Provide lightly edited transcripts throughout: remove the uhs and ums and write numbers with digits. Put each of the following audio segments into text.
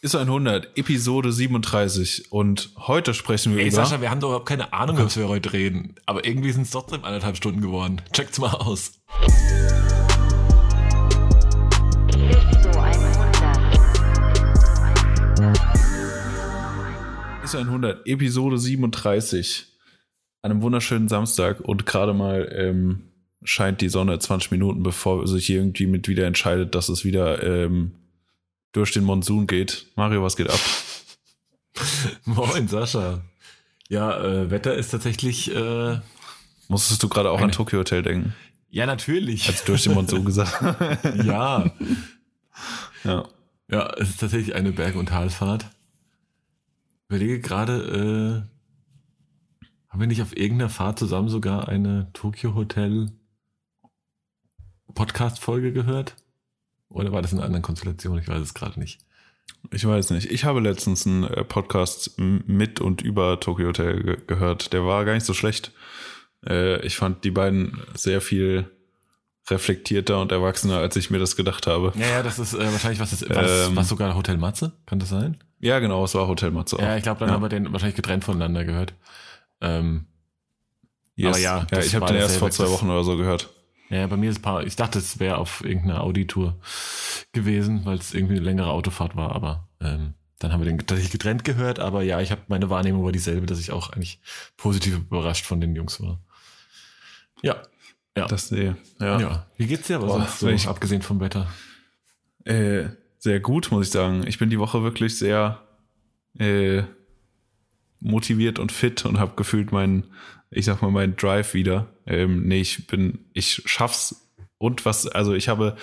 Ist 100, Episode 37 und heute sprechen wir über... Sascha, wir haben doch überhaupt keine Ahnung, was wir heute reden, aber irgendwie sind es trotzdem 1,5 Stunden geworden. Checkt's mal aus. Ist 100, Episode 37 an einem wunderschönen Samstag und gerade mal scheint die Sonne 20 Minuten, bevor sich irgendwie mit wieder entscheidet, dass es wieder durch den Monsun geht. Mario, was geht ab? Moin, Sascha. Ja, Wetter ist tatsächlich... Musstest du gerade auch an Tokyo Hotel denken? Ja, natürlich. Als durch den Monsun gesagt. Ja. Ja. Ja, es ist tatsächlich eine Berg- und Talfahrt. Ich überlege gerade, haben wir nicht auf irgendeiner Fahrt zusammen sogar eine Tokyo Hotel Podcast-Folge gehört? Oder war das in einer anderen Konstellation? Ich weiß es gerade nicht. Ich weiß nicht. Ich habe letztens einen Podcast mit und über Tokyo Hotel gehört. Der war gar nicht so schlecht. Ich fand die beiden sehr viel reflektierter und erwachsener, als ich mir das gedacht habe. Ja, das ist wahrscheinlich, was sogar Hotel Matze? Kann das sein? Ja, genau, es war Hotel Matze auch. Ja, ich glaube, dann haben wir den wahrscheinlich getrennt voneinander gehört. Yes. Aber ja, ich habe den erst vor 2 Wochen oder so gehört. Ja, bei mir ist ich dachte, es wäre auf irgendeiner Audi-Tour gewesen, weil es irgendwie eine längere Autofahrt war, aber dann haben wir den tatsächlich getrennt gehört, aber ja, ich habe meine Wahrnehmung war dieselbe, dass ich auch eigentlich positiv überrascht von den Jungs war. Ja. Das ja. Wie geht's dir aber sonst so, abgesehen vom Wetter? Sehr gut, muss ich sagen. Ich bin die Woche wirklich sehr motiviert und fit und habe gefühlt meinen Drive wieder. Ich schaff's und ich habe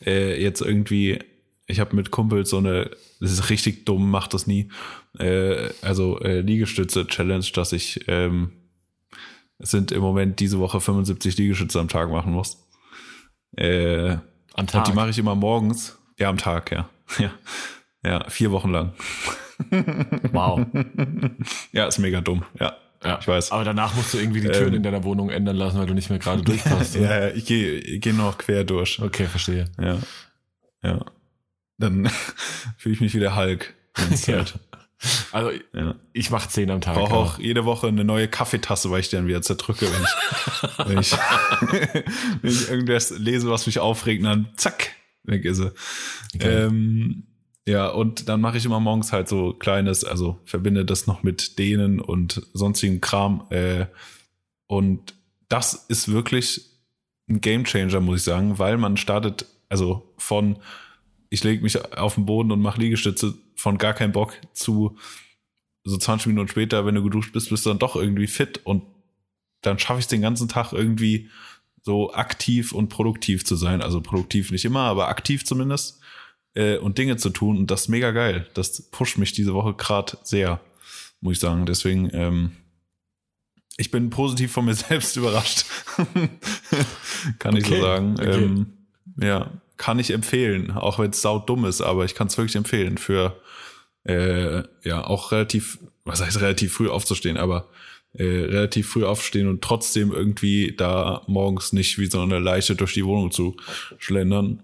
ich habe mit Kumpels das ist richtig dumm, mach das nie, Liegestütze-Challenge, dass ich, es sind im Moment diese Woche 75 Liegestütze am Tag machen muss. Am Tag? Und die mache ich immer morgens. Ja, am Tag, ja. Ja, 4 Wochen lang. Wow. Ja, ist mega dumm, ja. Ich weiß. Aber danach musst du irgendwie die Türen in deiner Wohnung ändern lassen, weil du nicht mehr gerade durchpasst. Ja, ich geh noch quer durch. Okay, verstehe. Ja. Dann fühle ich mich wie der Hulk. Ja. Also, ich mache 10 am Tag. Ich brauche auch jede Woche eine neue Kaffeetasse, weil ich die dann wieder zerdrücke, wenn ich irgendwas lese, was mich aufregt, und dann zack, weg ist sie. Okay. Ja, und dann mache ich immer morgens halt so kleines, also verbinde das noch mit Dehnen und sonstigen Kram. Und das ist wirklich ein Gamechanger, muss ich sagen, weil man startet, also von ich lege mich auf den Boden und mache Liegestütze von gar keinen Bock zu so 20 Minuten später, wenn du geduscht bist du dann doch irgendwie fit und dann schaffe ich es den ganzen Tag irgendwie so aktiv und produktiv zu sein. Also produktiv nicht immer, aber aktiv zumindest und Dinge zu tun und das ist mega geil. Das pusht mich diese Woche gerade sehr, muss ich sagen. Deswegen ich bin positiv von mir selbst überrascht. Kann ich so sagen. Okay. Ja, kann ich empfehlen, auch wenn es saudumm ist, aber ich kann es wirklich empfehlen für auch relativ früh aufzustehen, aber relativ früh aufstehen und trotzdem irgendwie da morgens nicht wie so eine Leiche durch die Wohnung zu schlendern,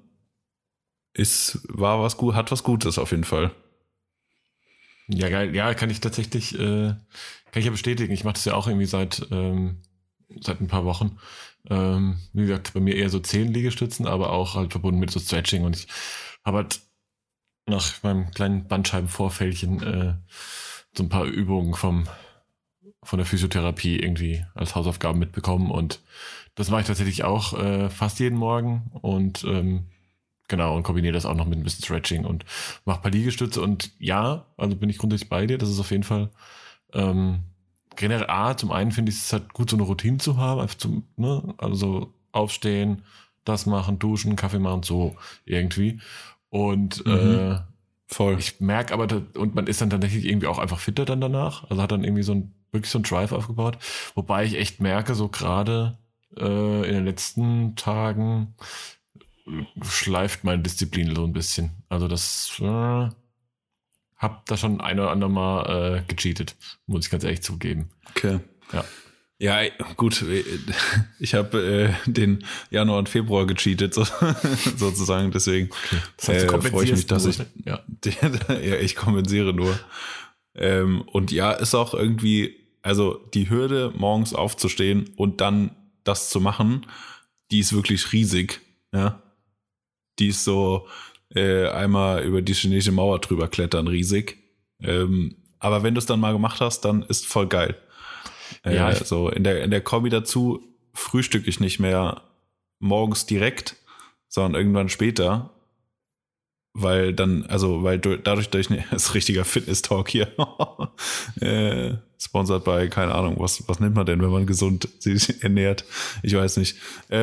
hat was Gutes auf jeden Fall. Ja, geil. Ja, kann ich tatsächlich, kann ich ja bestätigen. Ich mache das ja auch irgendwie seit ein paar Wochen. Wie gesagt, bei mir eher so 10 Liegestützen, aber auch halt verbunden mit so Stretching und ich habe halt nach meinem kleinen Bandscheibenvorfällchen so ein paar Übungen von der Physiotherapie irgendwie als Hausaufgaben mitbekommen und das mache ich tatsächlich auch fast jeden Morgen und genau, und kombiniere das auch noch mit ein bisschen Stretching und mache ein paar Liegestütze und ja, also bin ich grundsätzlich bei dir, das ist auf jeden Fall generell zum einen finde ich es halt gut, so eine Routine zu haben, einfach also aufstehen, das machen, duschen, Kaffee machen, so irgendwie. Und voll. Ich merke aber, und man ist dann tatsächlich irgendwie auch einfach fitter dann danach, also hat dann irgendwie wirklich so einen Drive aufgebaut, wobei ich echt merke, so gerade in den letzten Tagen schleift meine Disziplin so ein bisschen. Also das hab da schon ein oder andere Mal gecheatet, muss ich ganz ehrlich zugeben. Okay. Ja. Ja, gut, ich habe den Januar und Februar gecheatet, sozusagen, deswegen Das heißt, du freue ich mich, dass ich, ja. ja, ich kompensiere nur. Und ja, ist auch irgendwie, also die Hürde, morgens aufzustehen und dann das zu machen, die ist wirklich riesig, ja. Die ist so einmal über die chinesische Mauer drüber klettern, riesig. Aber wenn du es dann mal gemacht hast, dann ist voll geil. Ja, so in der Kombi dazu frühstücke ich nicht mehr morgens direkt, sondern irgendwann später, weil dann, also weil dadurch, dass ich das ist richtiger Fitness-Talk hier, sponsored by, keine Ahnung, was nimmt man denn, wenn man gesund sich ernährt? Ich weiß nicht.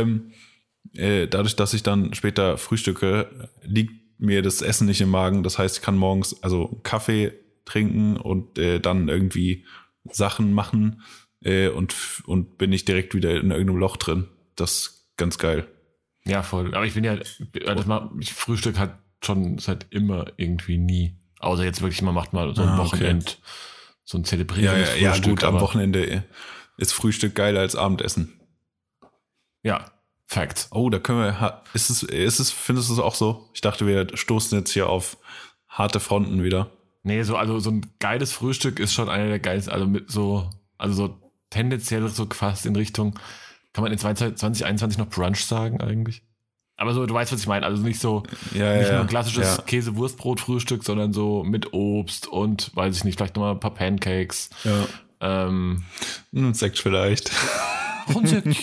Dadurch, dass ich dann später frühstücke, liegt mir das Essen nicht im Magen. Das heißt, ich kann morgens also Kaffee trinken und dann irgendwie Sachen machen und bin ich direkt wieder in irgendeinem Loch drin. Das ist ganz geil. Ja, voll. Aber ich bin ja, ich frühstück halt schon seit immer irgendwie nie. Außer jetzt wirklich, man macht mal so ein Wochenend, so ein zelebrierendes Frühstück. Ja, gut, am Wochenende ist Frühstück geiler als Abendessen. Ja, Facts. Oh, da können wir, findest du es auch so? Ich dachte, wir stoßen jetzt hier auf harte Fronten wieder. Nee, so ein geiles Frühstück ist schon einer der geilsten, also so tendenziell so fast in Richtung, kann man in 2021 noch Brunch sagen eigentlich? Aber so, du weißt, was ich meine, also nicht so, nicht nur ein klassisches Käse-Wurstbrot-Frühstück, sondern so mit Obst und, weiß ich nicht, vielleicht nochmal ein paar Pancakes. Ja. Ein Sekt vielleicht. Ein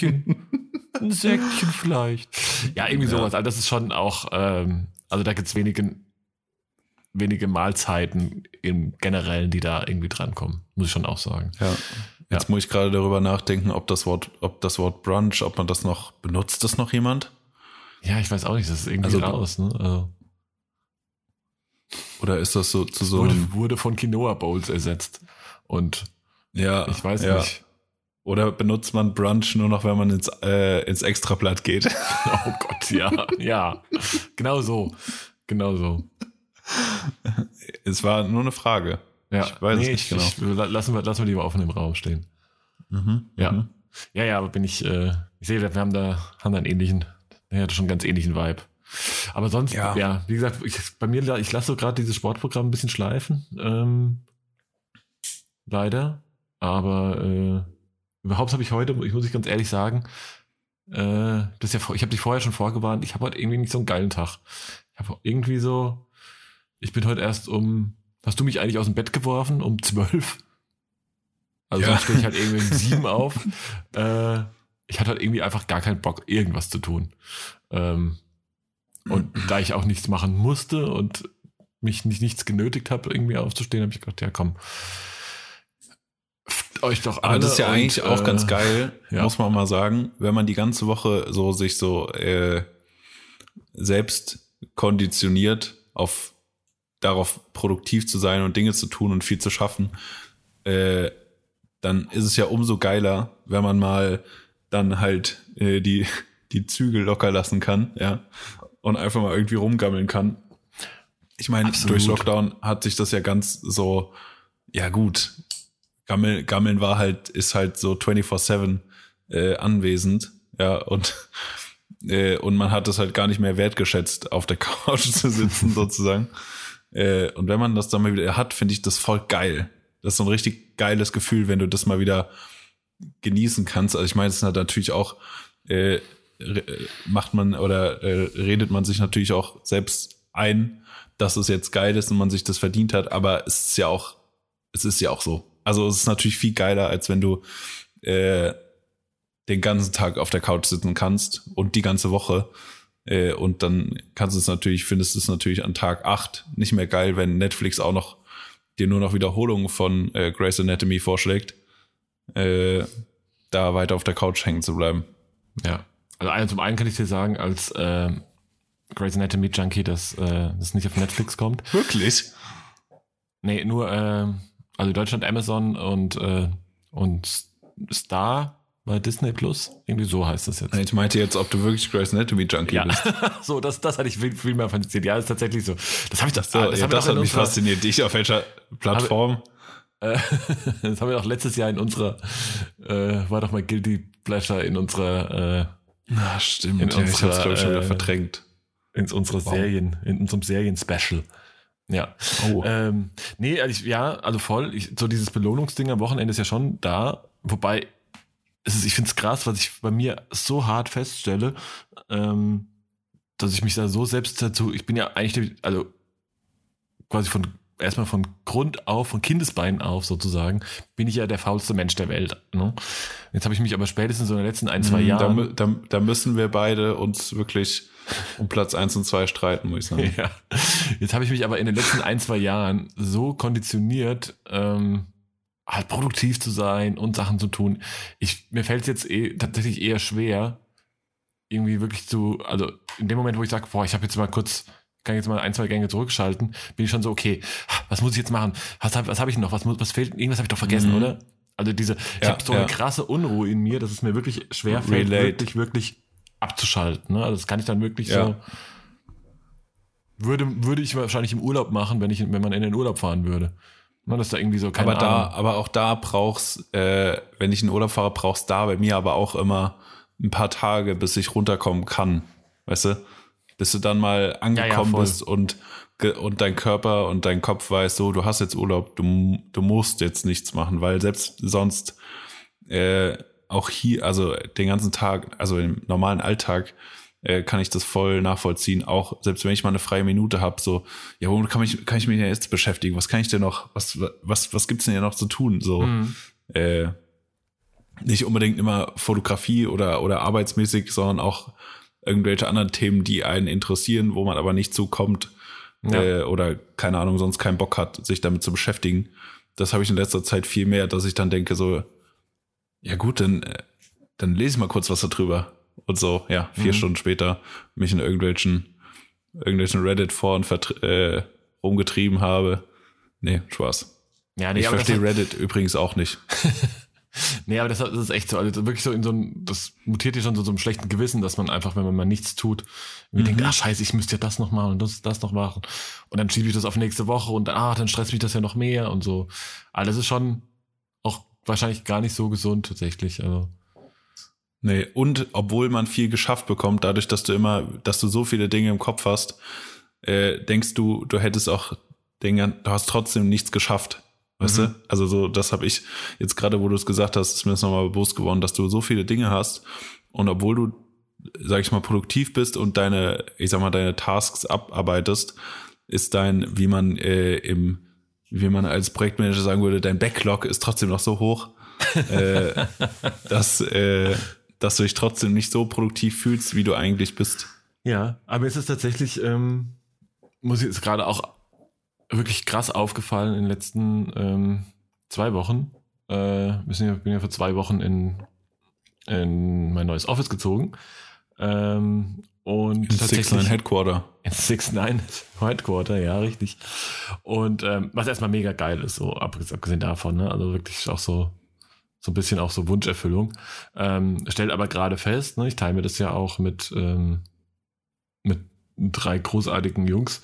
Säckchen vielleicht. Ja, irgendwie sowas. Also das ist schon auch, also da gibt's wenige Mahlzeiten im Generellen, die da irgendwie drankommen. Muss ich schon auch sagen. Ja. Jetzt muss ich gerade darüber nachdenken, ob das Wort Brunch, ob man das noch, benutzt das noch jemand? Ja, ich weiß auch nicht, das ist irgendwie raus, ne? Also. Oder ist das so zu so wurde von Quinoa Bowls ersetzt. Und ja, ich weiß nicht. Oder benutzt man Brunch nur noch, wenn man ins Extrablatt geht? Oh Gott, ja. Genau so. Es war nur eine Frage. Ja. Ich weiß es nicht genau. Lassen wir lieber offen im Raum stehen. Ja. Ja, aber ich sehe, wir haben da einen ähnlichen, er hatte schon einen ganz ähnlichen Vibe. Aber sonst, wie gesagt, ich lasse so gerade dieses Sportprogramm ein bisschen schleifen. Leider. Aber überhaupt habe ich heute, muss ich ganz ehrlich sagen, ich habe dich vorher schon vorgewarnt, ich habe heute irgendwie nicht so einen geilen Tag. Ich bin heute erst hast du mich eigentlich aus dem Bett geworfen? Um 12? Also sonst stehe ich halt irgendwie um 7 auf. Ich hatte halt irgendwie einfach gar keinen Bock, irgendwas zu tun. Und da ich auch nichts machen musste und mich nichts genötigt habe, irgendwie aufzustehen, habe ich gedacht, ja komm, euch doch alle. Aber das ist ja eigentlich auch ganz geil, muss man mal sagen, wenn man die ganze Woche so sich so selbst konditioniert, darauf produktiv zu sein und Dinge zu tun und viel zu schaffen, dann ist es ja umso geiler, wenn man mal dann halt die Zügel locker lassen kann, ja, und einfach mal irgendwie rumgammeln kann. Ich meine, durch Lockdown hat sich das ja ganz so, ja gut, Gammeln ist halt so 24/7 anwesend, ja, und man hat es halt gar nicht mehr wertgeschätzt, auf der Couch zu sitzen, sozusagen. Und wenn man das dann mal wieder hat, finde ich das voll geil. Das ist so ein richtig geiles Gefühl, wenn du das mal wieder genießen kannst. Also ich meine, es ist natürlich auch, macht man oder redet man sich natürlich auch selbst ein, dass es jetzt geil ist und man sich das verdient hat, aber es ist ja auch so. Also es ist natürlich viel geiler, als wenn du den ganzen Tag auf der Couch sitzen kannst und die ganze Woche. Und dann findest du es natürlich an Tag 8 nicht mehr geil, wenn Netflix auch noch dir nur noch Wiederholungen von Grey's Anatomy vorschlägt, da weiter auf der Couch hängen zu bleiben. Ja, also zum einen kann ich dir sagen, als Grey's Anatomy Junkie, dass das nicht auf Netflix kommt. Wirklich? Nee, nur also Deutschland Amazon und Star bei Disney Plus, irgendwie so heißt das jetzt. Ich meinte jetzt, ob du wirklich Grey's Anatomy Junkie bist. So, das hatte ich viel mehr fantasiert. Ja, ist tatsächlich so. Das hat mich mich fasziniert. Dich auf welcher Plattform? Das haben wir auch letztes Jahr in unserer, war doch mal Guilty Pleasure in unserer, stimmt. In ich hab's, unserer, glaube ich, schon wieder verdrängt. in unserer Serien, in unserem Serien-Special. Ja. Oh. Nee, also voll. So dieses Belohnungsding am Wochenende ist ja schon da. Wobei, ich finde es krass, was ich bei mir so hart feststelle, dass ich mich da so selbst dazu, ich bin ja eigentlich, also quasi erstmal von Grund auf, von Kindesbeinen auf sozusagen, bin ich ja der faulste Mensch der Welt. Ne? Jetzt habe ich mich aber spätestens so in den letzten 1-2 Jahren... Da müssen wir beide uns wirklich um Platz 1 und 2 streiten, muss ich sagen. Ja. Jetzt habe ich mich aber in den letzten 1-2 Jahren so konditioniert, halt produktiv zu sein und Sachen zu tun. Mir fällt es jetzt tatsächlich eher schwer, irgendwie wirklich also in dem Moment, wo ich sage, ich habe jetzt mal kurz, kann jetzt mal 1-2 Gänge zurückschalten, bin ich schon so, okay, was muss ich jetzt machen? Was habe ich noch? Was fehlt? Irgendwas habe ich doch vergessen, oder? Also ich habe so eine krasse Unruhe in mir, dass es mir wirklich schwer fällt, wirklich abzuschalten. Ne? Also das kann ich dann wirklich so, würde ich wahrscheinlich im Urlaub machen, wenn man in den Urlaub fahren würde. Ne, das ist da irgendwie so, keine Ahnung. Aber auch da brauchst, wenn ich in Urlaub fahre, brauchst da bei mir aber auch immer ein paar Tage, bis ich runterkommen kann. Weißt du? Bis du dann mal angekommen bist und dein Körper und dein Kopf weiß so, du hast jetzt Urlaub, du musst jetzt nichts machen, weil selbst sonst auch hier, also den ganzen Tag, also im normalen Alltag, kann ich das voll nachvollziehen. Auch selbst wenn ich mal eine freie Minute habe, so, ja, womit kann ich mich denn jetzt beschäftigen? Was kann ich denn noch, was gibt's denn hier noch zu tun? So, nicht unbedingt immer Fotografie oder arbeitsmäßig, sondern auch irgendwelche anderen Themen, die einen interessieren, wo man aber nicht zukommt oder keine Ahnung, sonst keinen Bock hat, sich damit zu beschäftigen. Das habe ich in letzter Zeit viel mehr, dass ich dann denke so, ja gut, dann lese ich mal kurz was darüber. Und so, 4 Stunden später mich in irgendwelchen Reddit-Foren rumgetrieben habe. Nee, Spaß. Ja, nee, ich verstehe Reddit übrigens auch nicht. Nee, aber das ist echt so, also wirklich so das mutiert ja schon so einem schlechten Gewissen, dass man einfach, wenn man mal nichts tut, denkt, scheiße, ich müsste ja das noch machen und das noch machen. Und dann schiebe ich das auf nächste Woche und dann stresst mich das ja noch mehr und so. Aber das ist schon auch wahrscheinlich gar nicht so gesund tatsächlich, also. Nee, und obwohl man viel geschafft bekommt, dadurch, dass du so viele Dinge im Kopf hast, denkst du hättest auch du hast trotzdem nichts geschafft. Weißt du? Also so, das habe ich jetzt gerade, wo du es gesagt hast, ist mir das nochmal bewusst geworden, dass du so viele Dinge hast und obwohl du, sag ich mal, produktiv bist und deine Tasks abarbeitest, ist wie man als Projektmanager sagen würde, dein Backlog ist trotzdem noch so hoch, dass du dich trotzdem nicht so produktiv fühlst, wie du eigentlich bist. Ja, aber es ist tatsächlich, muss ich jetzt gerade auch wirklich krass aufgefallen in den letzten 2 Wochen. Ich bin ja vor 2 Wochen in mein neues Office gezogen. Und in 6ix9ine Headquarter. In 6ix9ine Headquarter, ja, richtig. Und was erstmal mega geil ist, so abgesehen davon, ne? Also wirklich auch so ein bisschen auch so Wunscherfüllung. Stellt aber gerade fest, ne? Ich teile mir das ja auch mit 3 großartigen Jungs.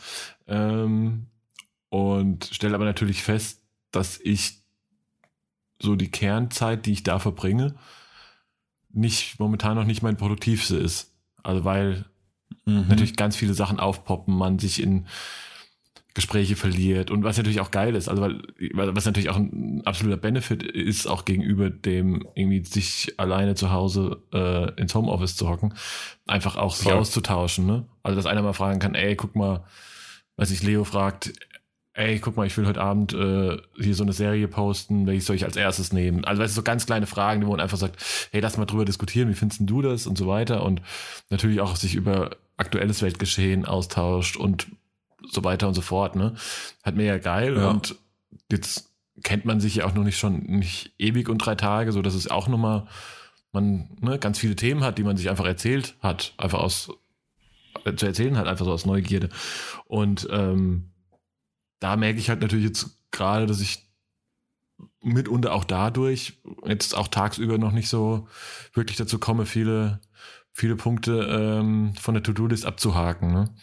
Und stelle aber natürlich fest, dass ich so die Kernzeit, die ich da verbringe, momentan noch nicht mein produktivste ist. Also weil natürlich ganz viele Sachen aufpoppen, man sich in Gespräche verliert und was natürlich auch geil ist, also was natürlich auch ein absoluter Benefit ist, auch gegenüber dem irgendwie sich alleine zu Hause ins Homeoffice zu hocken, einfach auch sich auszutauschen, ne? Also dass einer mal fragen kann, ey, guck mal, Leo fragt, ey, guck mal, ich will heute Abend hier so eine Serie posten, welches soll ich als erstes nehmen? Also weißt du, so ganz kleine Fragen, wo man einfach sagt, hey, lass mal drüber diskutieren, wie findest du das und so weiter und natürlich auch sich über aktuelles Weltgeschehen austauscht und so weiter und so fort, ne? Hat mega geil und jetzt kennt man sich ja auch noch nicht ewig und 3 Tage, so dass es auch nochmal ganz viele Themen hat, die man sich einfach erzählt hat, einfach so aus Neugierde und da merke ich halt natürlich jetzt gerade, dass ich mitunter auch dadurch jetzt auch tagsüber noch nicht so wirklich dazu komme, viele Punkte von der To-Do-List abzuhaken. Ne?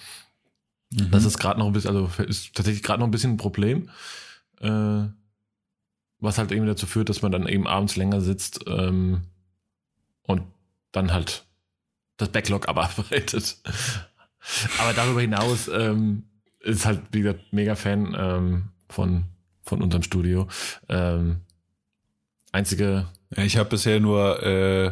Das ist gerade noch ein bisschen, also ist tatsächlich gerade noch ein bisschen ein Problem. was halt eben dazu führt, dass man dann eben abends länger sitzt und dann halt das Backlog abarbeitet. Aber darüber hinaus ist halt, wie gesagt, mega Fan von unserem Studio. Einzige... Ich habe bisher nur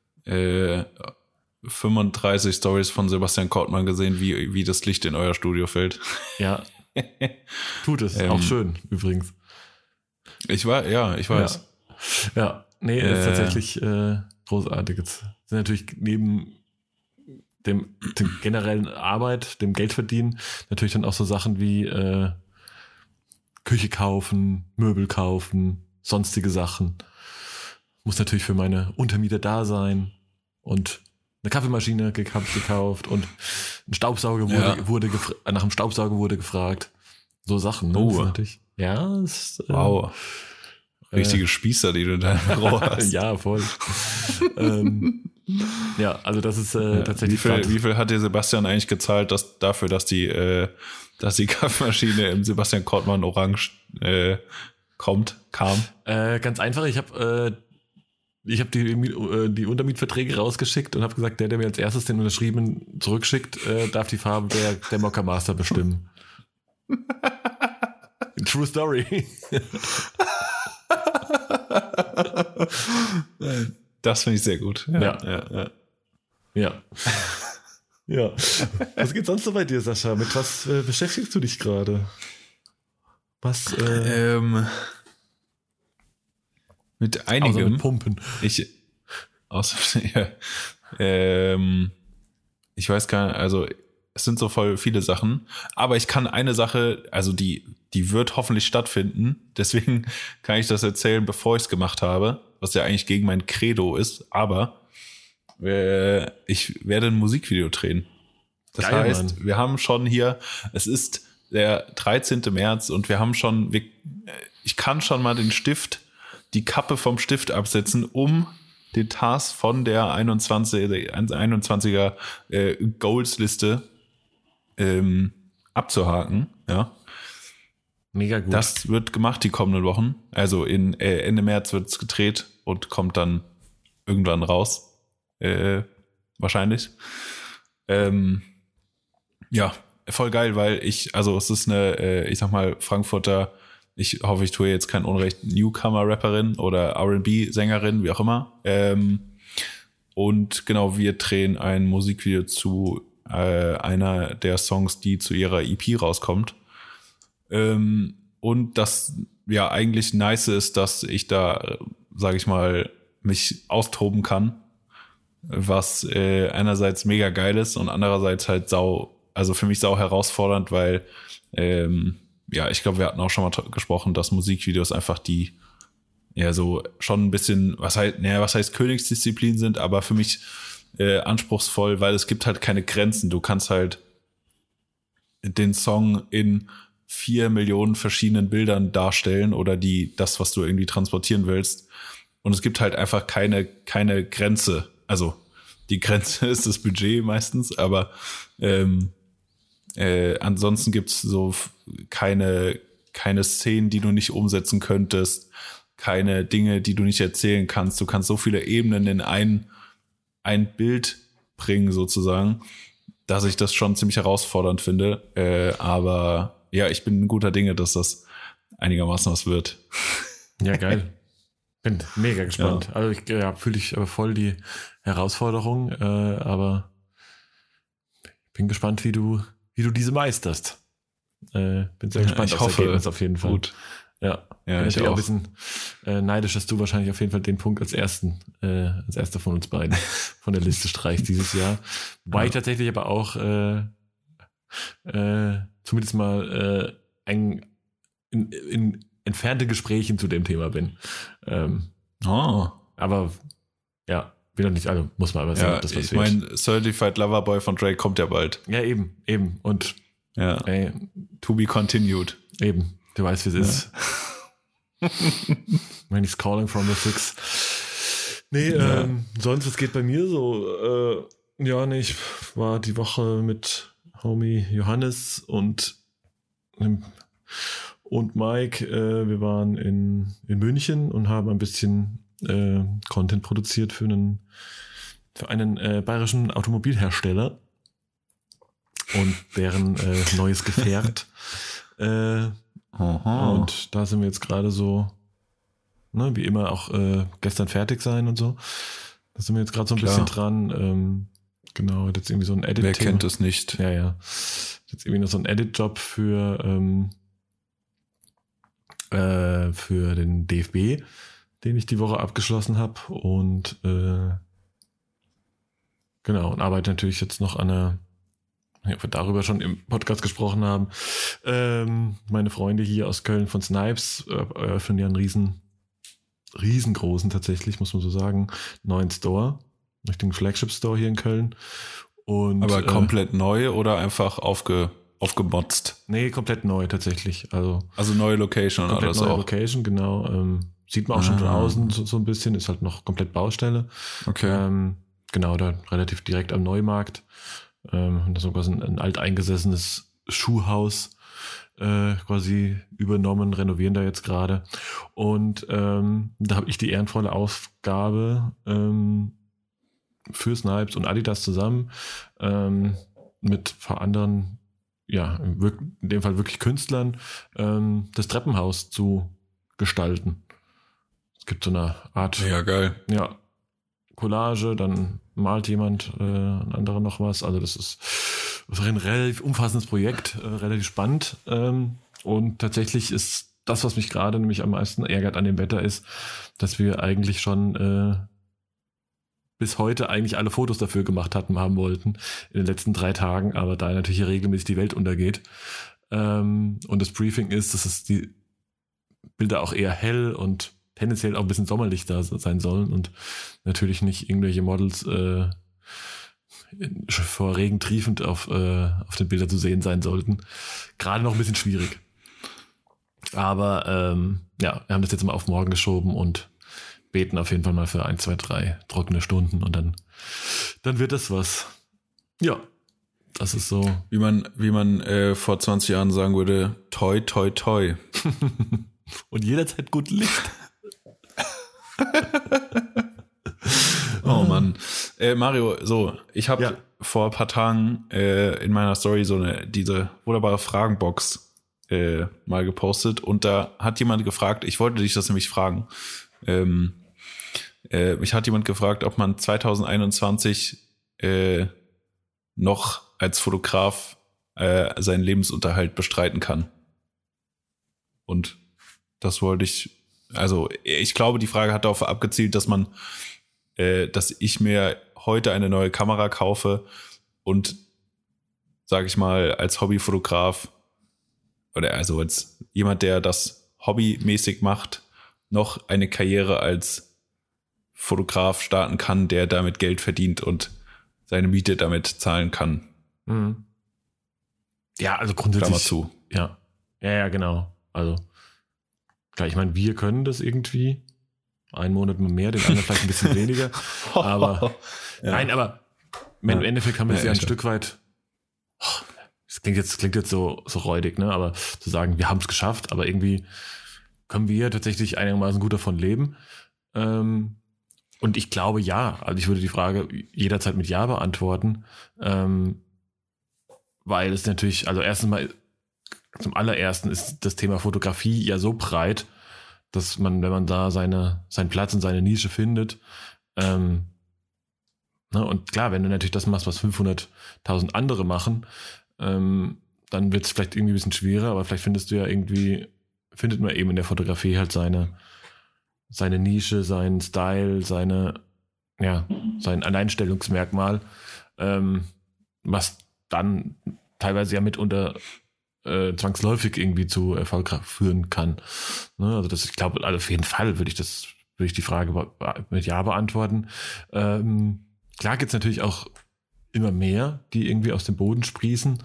35 Stories von Sebastian Kortmann gesehen, wie das Licht in euer Studio fällt. Ja, tut es. Auch schön, übrigens. Ich weiß. Ja, nee, ist tatsächlich großartig. Es sind natürlich neben dem generellen Arbeit, dem Geldverdienen, natürlich dann auch so Sachen wie Küche kaufen, Möbel kaufen, sonstige Sachen. Muss natürlich für meine Untermieter da sein und eine Kaffeemaschine gekauft und ein Staubsauger nach einem Staubsauger wurde gefragt. So Sachen. Ne? Oh. Natürlich, ja. Wow. Richtige Spießer, die du da im Büro hast. Ja, voll. Ja, also das ist tatsächlich... Wie viel hat dir Sebastian eigentlich gezahlt dafür, dass die Kaffeemaschine im Sebastian Kortmann Orange kam? Ganz einfach, ich habe die Untermietverträge rausgeschickt und habe gesagt, der mir als erstes den unterschriebenen zurückschickt, darf die Farbe der Mocha Master bestimmen. True Story. Das finde ich sehr gut. Ja. Was geht sonst so bei dir, Sascha? Mit was beschäftigst du dich gerade? Was? Mit einigem. Außer mit Pumpen. Ich weiß gar nicht, also es sind so voll viele Sachen, aber ich kann eine Sache, also die wird hoffentlich stattfinden, deswegen kann ich das erzählen, bevor ich es gemacht habe, was ja eigentlich gegen mein Credo ist, aber ich werde ein Musikvideo drehen. Das Geil, heißt, Mann. wir haben schon hier, es ist der 13. März und wir haben schon, ich kann schon mal die Kappe vom Stift absetzen, um den Task von der 21er Goals-Liste abzuhaken. Ja. Mega gut. Das wird gemacht die kommenden Wochen. Also Ende März wird es gedreht und kommt dann irgendwann raus. Wahrscheinlich. Ja, voll geil, weil es ist eine, ich sag mal, Frankfurter, ich hoffe, ich tue jetzt kein Unrecht, Newcomer-Rapperin oder R&B-Sängerin, wie auch immer. Und genau, wir drehen ein Musikvideo zu einer der Songs, die zu ihrer EP rauskommt. Und das ja eigentlich nice ist, dass ich da, sage ich mal, mich austoben kann, was einerseits mega geil ist und andererseits halt für mich sau herausfordernd, weil ich glaube, wir hatten auch schon mal gesprochen, dass Musikvideos einfach so schon ein bisschen, was heißt Königsdisziplin sind, aber für mich anspruchsvoll, weil es gibt halt keine Grenzen. Du kannst halt den Song in 4 Millionen verschiedenen Bildern darstellen oder das, was du irgendwie transportieren willst. Und es gibt halt einfach keine Grenze. Also die Grenze ist das Budget meistens, aber ansonsten gibt's so keine Szenen, die du nicht umsetzen könntest, keine Dinge, die du nicht erzählen kannst. Du kannst so viele Ebenen in ein Bild bringen sozusagen, dass ich das schon ziemlich herausfordernd finde. Aber ja, ich bin guter Dinge, dass das einigermaßen was wird. Ja, geil. Bin mega gespannt. Ja. Also ich fühle ich aber voll die Herausforderung, aber bin gespannt, wie du diese meisterst. Bin sehr gespannt auf das Ergebnis auf jeden Fall. Gut. Ja, bin ich auch ein bisschen neidisch, dass du wahrscheinlich auf jeden Fall den Punkt als erster von uns beiden von der Liste streichst dieses Jahr. Wobei ich tatsächlich aber auch zumindest mal in entfernte Gesprächen zu dem Thema bin. Aber ja, will doch nicht, also muss man aber sagen, das was ich meine, Certified Lover Boy von Drake kommt ja bald. Ja, eben. Und to be continued. Eben. Du weißt, wie es ist. When he's calling from the six. Nee, sonst, was geht bei mir so? Ich war die Woche mit Homie Johannes und einem und Mike. Wir waren in München und haben ein bisschen Content produziert für einen bayerischen Automobilhersteller und deren neues Gefährt. Und da sind wir jetzt gerade so, ne, wie immer auch gestern fertig sein und so. Da sind wir jetzt gerade so ein bisschen dran. Genau, jetzt irgendwie so ein Edit. Wer kennt es nicht? Ja. Jetzt irgendwie noch so ein Edit-Job für den DFB, den ich die Woche abgeschlossen habe. Und genau, und arbeite natürlich jetzt noch an einer, ob wir darüber schon im Podcast gesprochen haben. Meine Freunde hier aus Köln von Snipes eröffnen ja einen riesengroßen tatsächlich, muss man so sagen, neuen Store, richtigen Flagship-Store hier in Köln. Und, aber komplett neu oder einfach aufgemotzt? Nee, komplett neu tatsächlich. Also neue Location und alles neue auch? Location, genau. Sieht man auch schon von außen so ein bisschen, ist halt noch komplett Baustelle. Okay. Genau, da relativ direkt am Neumarkt. Und das ist sogar ein alteingesessenes Schuhhaus quasi übernommen, renovieren da jetzt gerade. Und da habe ich die ehrenvolle Aufgabe für Snipes und Adidas zusammen mit ein paar anderen, ja, in dem Fall wirklich Künstlern, das Treppenhaus zu gestalten. Es gibt so eine Art, ja, geil. Ja, Collage, dann malt jemand, ein anderer noch was. Also das ist ein relativ umfassendes Projekt, relativ spannend. Und tatsächlich ist das, was mich gerade nämlich am meisten ärgert an dem Wetter, ist, dass wir eigentlich schon bis heute eigentlich alle Fotos dafür gemacht haben wollten in den letzten 3 Tagen, aber da natürlich hier regelmäßig die Welt untergeht. Und das Briefing ist, dass es die Bilder auch eher hell und tendenziell auch ein bisschen sommerlich da sein sollen und natürlich nicht irgendwelche Models vor Regen triefend auf den Bildern zu sehen sein sollten. Gerade noch ein bisschen schwierig. Aber ja, wir haben das jetzt mal auf morgen geschoben und beten auf jeden Fall mal für 1, 2, 3 trockene Stunden und dann wird das was. Ja, das ist so. Wie man vor 20 Jahren sagen würde, toi, toi, toi. Und jederzeit gut Licht. Oh Mann. Mario, so, ich habe vor ein paar Tagen in meiner Story diese wunderbare Fragenbox mal gepostet und da hat jemand gefragt, ich wollte dich das nämlich fragen, mich hat jemand gefragt, ob man 2021 noch als Fotograf seinen Lebensunterhalt bestreiten kann. Und das wollte ich, also ich glaube, die Frage hat darauf abgezielt, dass ich mir heute eine neue Kamera kaufe und, sage ich mal, als Hobbyfotograf oder also als jemand, der das hobbymäßig macht, noch eine Karriere als Fotograf starten kann, der damit Geld verdient und seine Miete damit zahlen kann. Mhm. Ja, also grundsätzlich. Klammer zu. Ja, genau. Also klar, ich meine, wir können das irgendwie. Einen Monat mehr, den anderen vielleicht ein bisschen weniger. Aber nein, aber im Endeffekt haben wir es ja ein Stück weit. Das klingt jetzt so räudig, ne? Aber zu sagen, wir haben es geschafft, aber irgendwie können wir tatsächlich einigermaßen gut davon leben. Und ich glaube, ja. Also ich würde die Frage jederzeit mit Ja beantworten. Weil es natürlich, also erstens mal, zum allerersten ist das Thema Fotografie ja so breit, dass man, wenn man da seinen Platz und seine Nische findet, ne, und klar, wenn du natürlich das machst, was 500.000 andere machen, dann wird es vielleicht irgendwie ein bisschen schwerer, aber vielleicht findet man eben in der Fotografie halt seine Nische, seinen Style, sein Alleinstellungsmerkmal, was dann teilweise ja mitunter zwangsläufig irgendwie zu Erfolg führen kann. Ne? Also ich glaube, auf jeden Fall würde ich die Frage mit Ja beantworten. Klar gibt es natürlich auch immer mehr, die irgendwie aus dem Boden sprießen.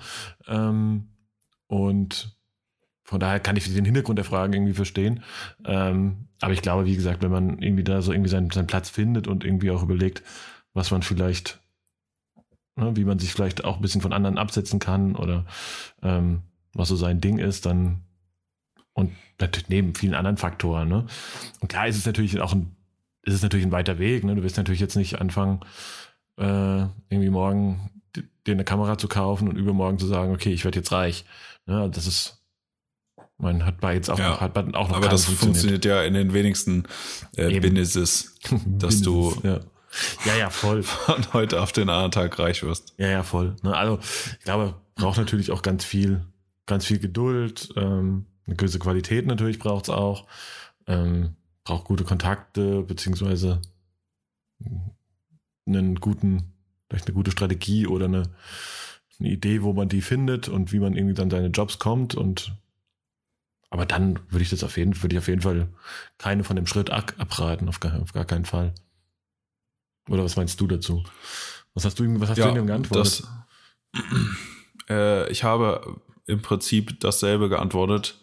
Und von daher kann ich den Hintergrund der Fragen irgendwie verstehen. Aber ich glaube, wie gesagt, wenn man irgendwie da so irgendwie seinen Platz findet und irgendwie auch überlegt, was man vielleicht, ne, wie man sich vielleicht auch ein bisschen von anderen absetzen kann oder was so sein Ding ist, dann Und natürlich neben vielen anderen Faktoren, ne? Und klar ist es natürlich ein weiter Weg, ne? Du wirst natürlich jetzt nicht anfangen, irgendwie morgen dir eine Kamera zu kaufen und übermorgen zu sagen, okay, ich werde jetzt reich. Ne? Das ist, hat bei jetzt auch, hat auch noch aber das funktioniert ja in den wenigsten Businesses, dass du ja, voll von heute auf den anderen Tag reich wirst. Ja, voll. Ne? Also ich glaube, braucht natürlich auch ganz viel Geduld, eine gewisse Qualität natürlich braucht es auch, braucht gute Kontakte, beziehungsweise vielleicht eine gute Strategie oder eine Idee, wo man die findet und wie man irgendwie dann seine Jobs kommt. Aber dann würde ich auf jeden Fall keine von dem Schritt abraten, auf gar keinen Fall. Oder was meinst du dazu? Was hast du ihm geantwortet? Ich habe im Prinzip dasselbe geantwortet,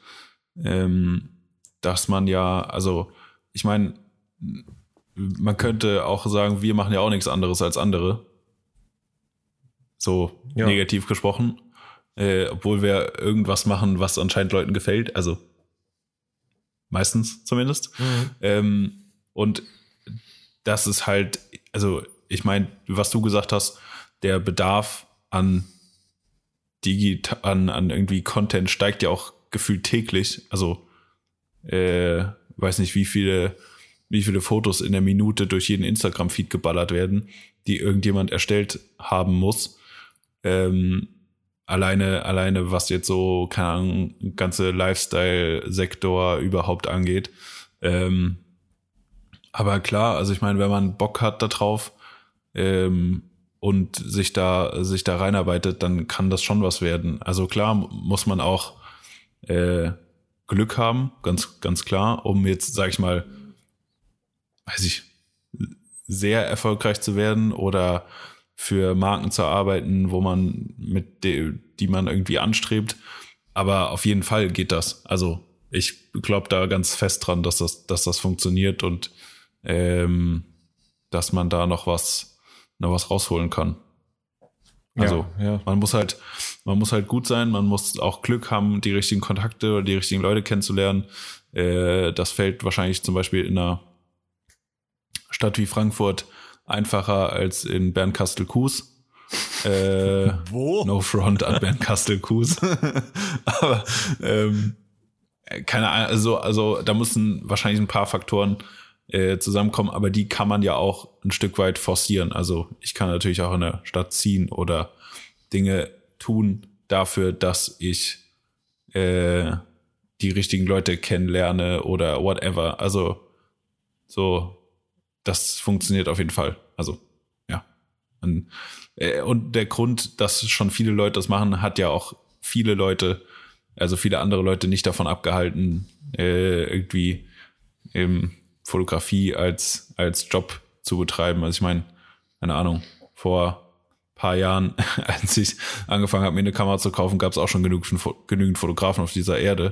dass man ja, also ich meine, man könnte auch sagen, wir machen ja auch nichts anderes als andere. So negativ gesprochen. Obwohl wir irgendwas machen, was anscheinend Leuten gefällt. Also meistens zumindest. Und das ist halt, also ich meine, was du gesagt hast, der Bedarf an irgendwie Content steigt ja auch gefühlt täglich. Also weiß nicht, wie viele Fotos in der Minute durch jeden Instagram-Feed geballert werden, die irgendjemand erstellt haben muss. Alleine was jetzt so, keine Ahnung, ganze Lifestyle-Sektor überhaupt angeht. Aber klar, also ich meine, wenn man Bock hat da drauf und sich da reinarbeitet, dann kann das schon was werden. Also klar muss man auch Glück haben, ganz, ganz klar, um jetzt, sag ich mal, sehr erfolgreich zu werden oder für Marken zu arbeiten, wo man die man irgendwie anstrebt. Aber auf jeden Fall geht das. Also ich glaube da ganz fest dran, dass das funktioniert und dass man da noch was rausholen kann. Also man muss halt gut sein, man muss auch Glück haben, die richtigen Kontakte oder die richtigen Leute kennenzulernen. Das fällt wahrscheinlich zum Beispiel in einer Stadt wie Frankfurt einfacher als in Bernkastel-Kues. Wo? No front an Bernkastel-Kues. Aber keine Ahnung, also da müssen wahrscheinlich ein paar Faktoren zusammenkommen, aber die kann man ja auch ein Stück weit forcieren. Also ich kann natürlich auch in der Stadt ziehen oder Dinge tun dafür, dass ich die richtigen Leute kennenlerne oder whatever. Also so, das funktioniert auf jeden Fall. Also ja. Und der Grund, dass schon viele Leute das machen, hat ja auch viele andere Leute nicht davon abgehalten, irgendwie Fotografie als Job zu betreiben. Also ich meine, keine Ahnung, vor ein paar Jahren, als ich angefangen habe, mir eine Kamera zu kaufen, gab es auch schon genügend Fotografen auf dieser Erde.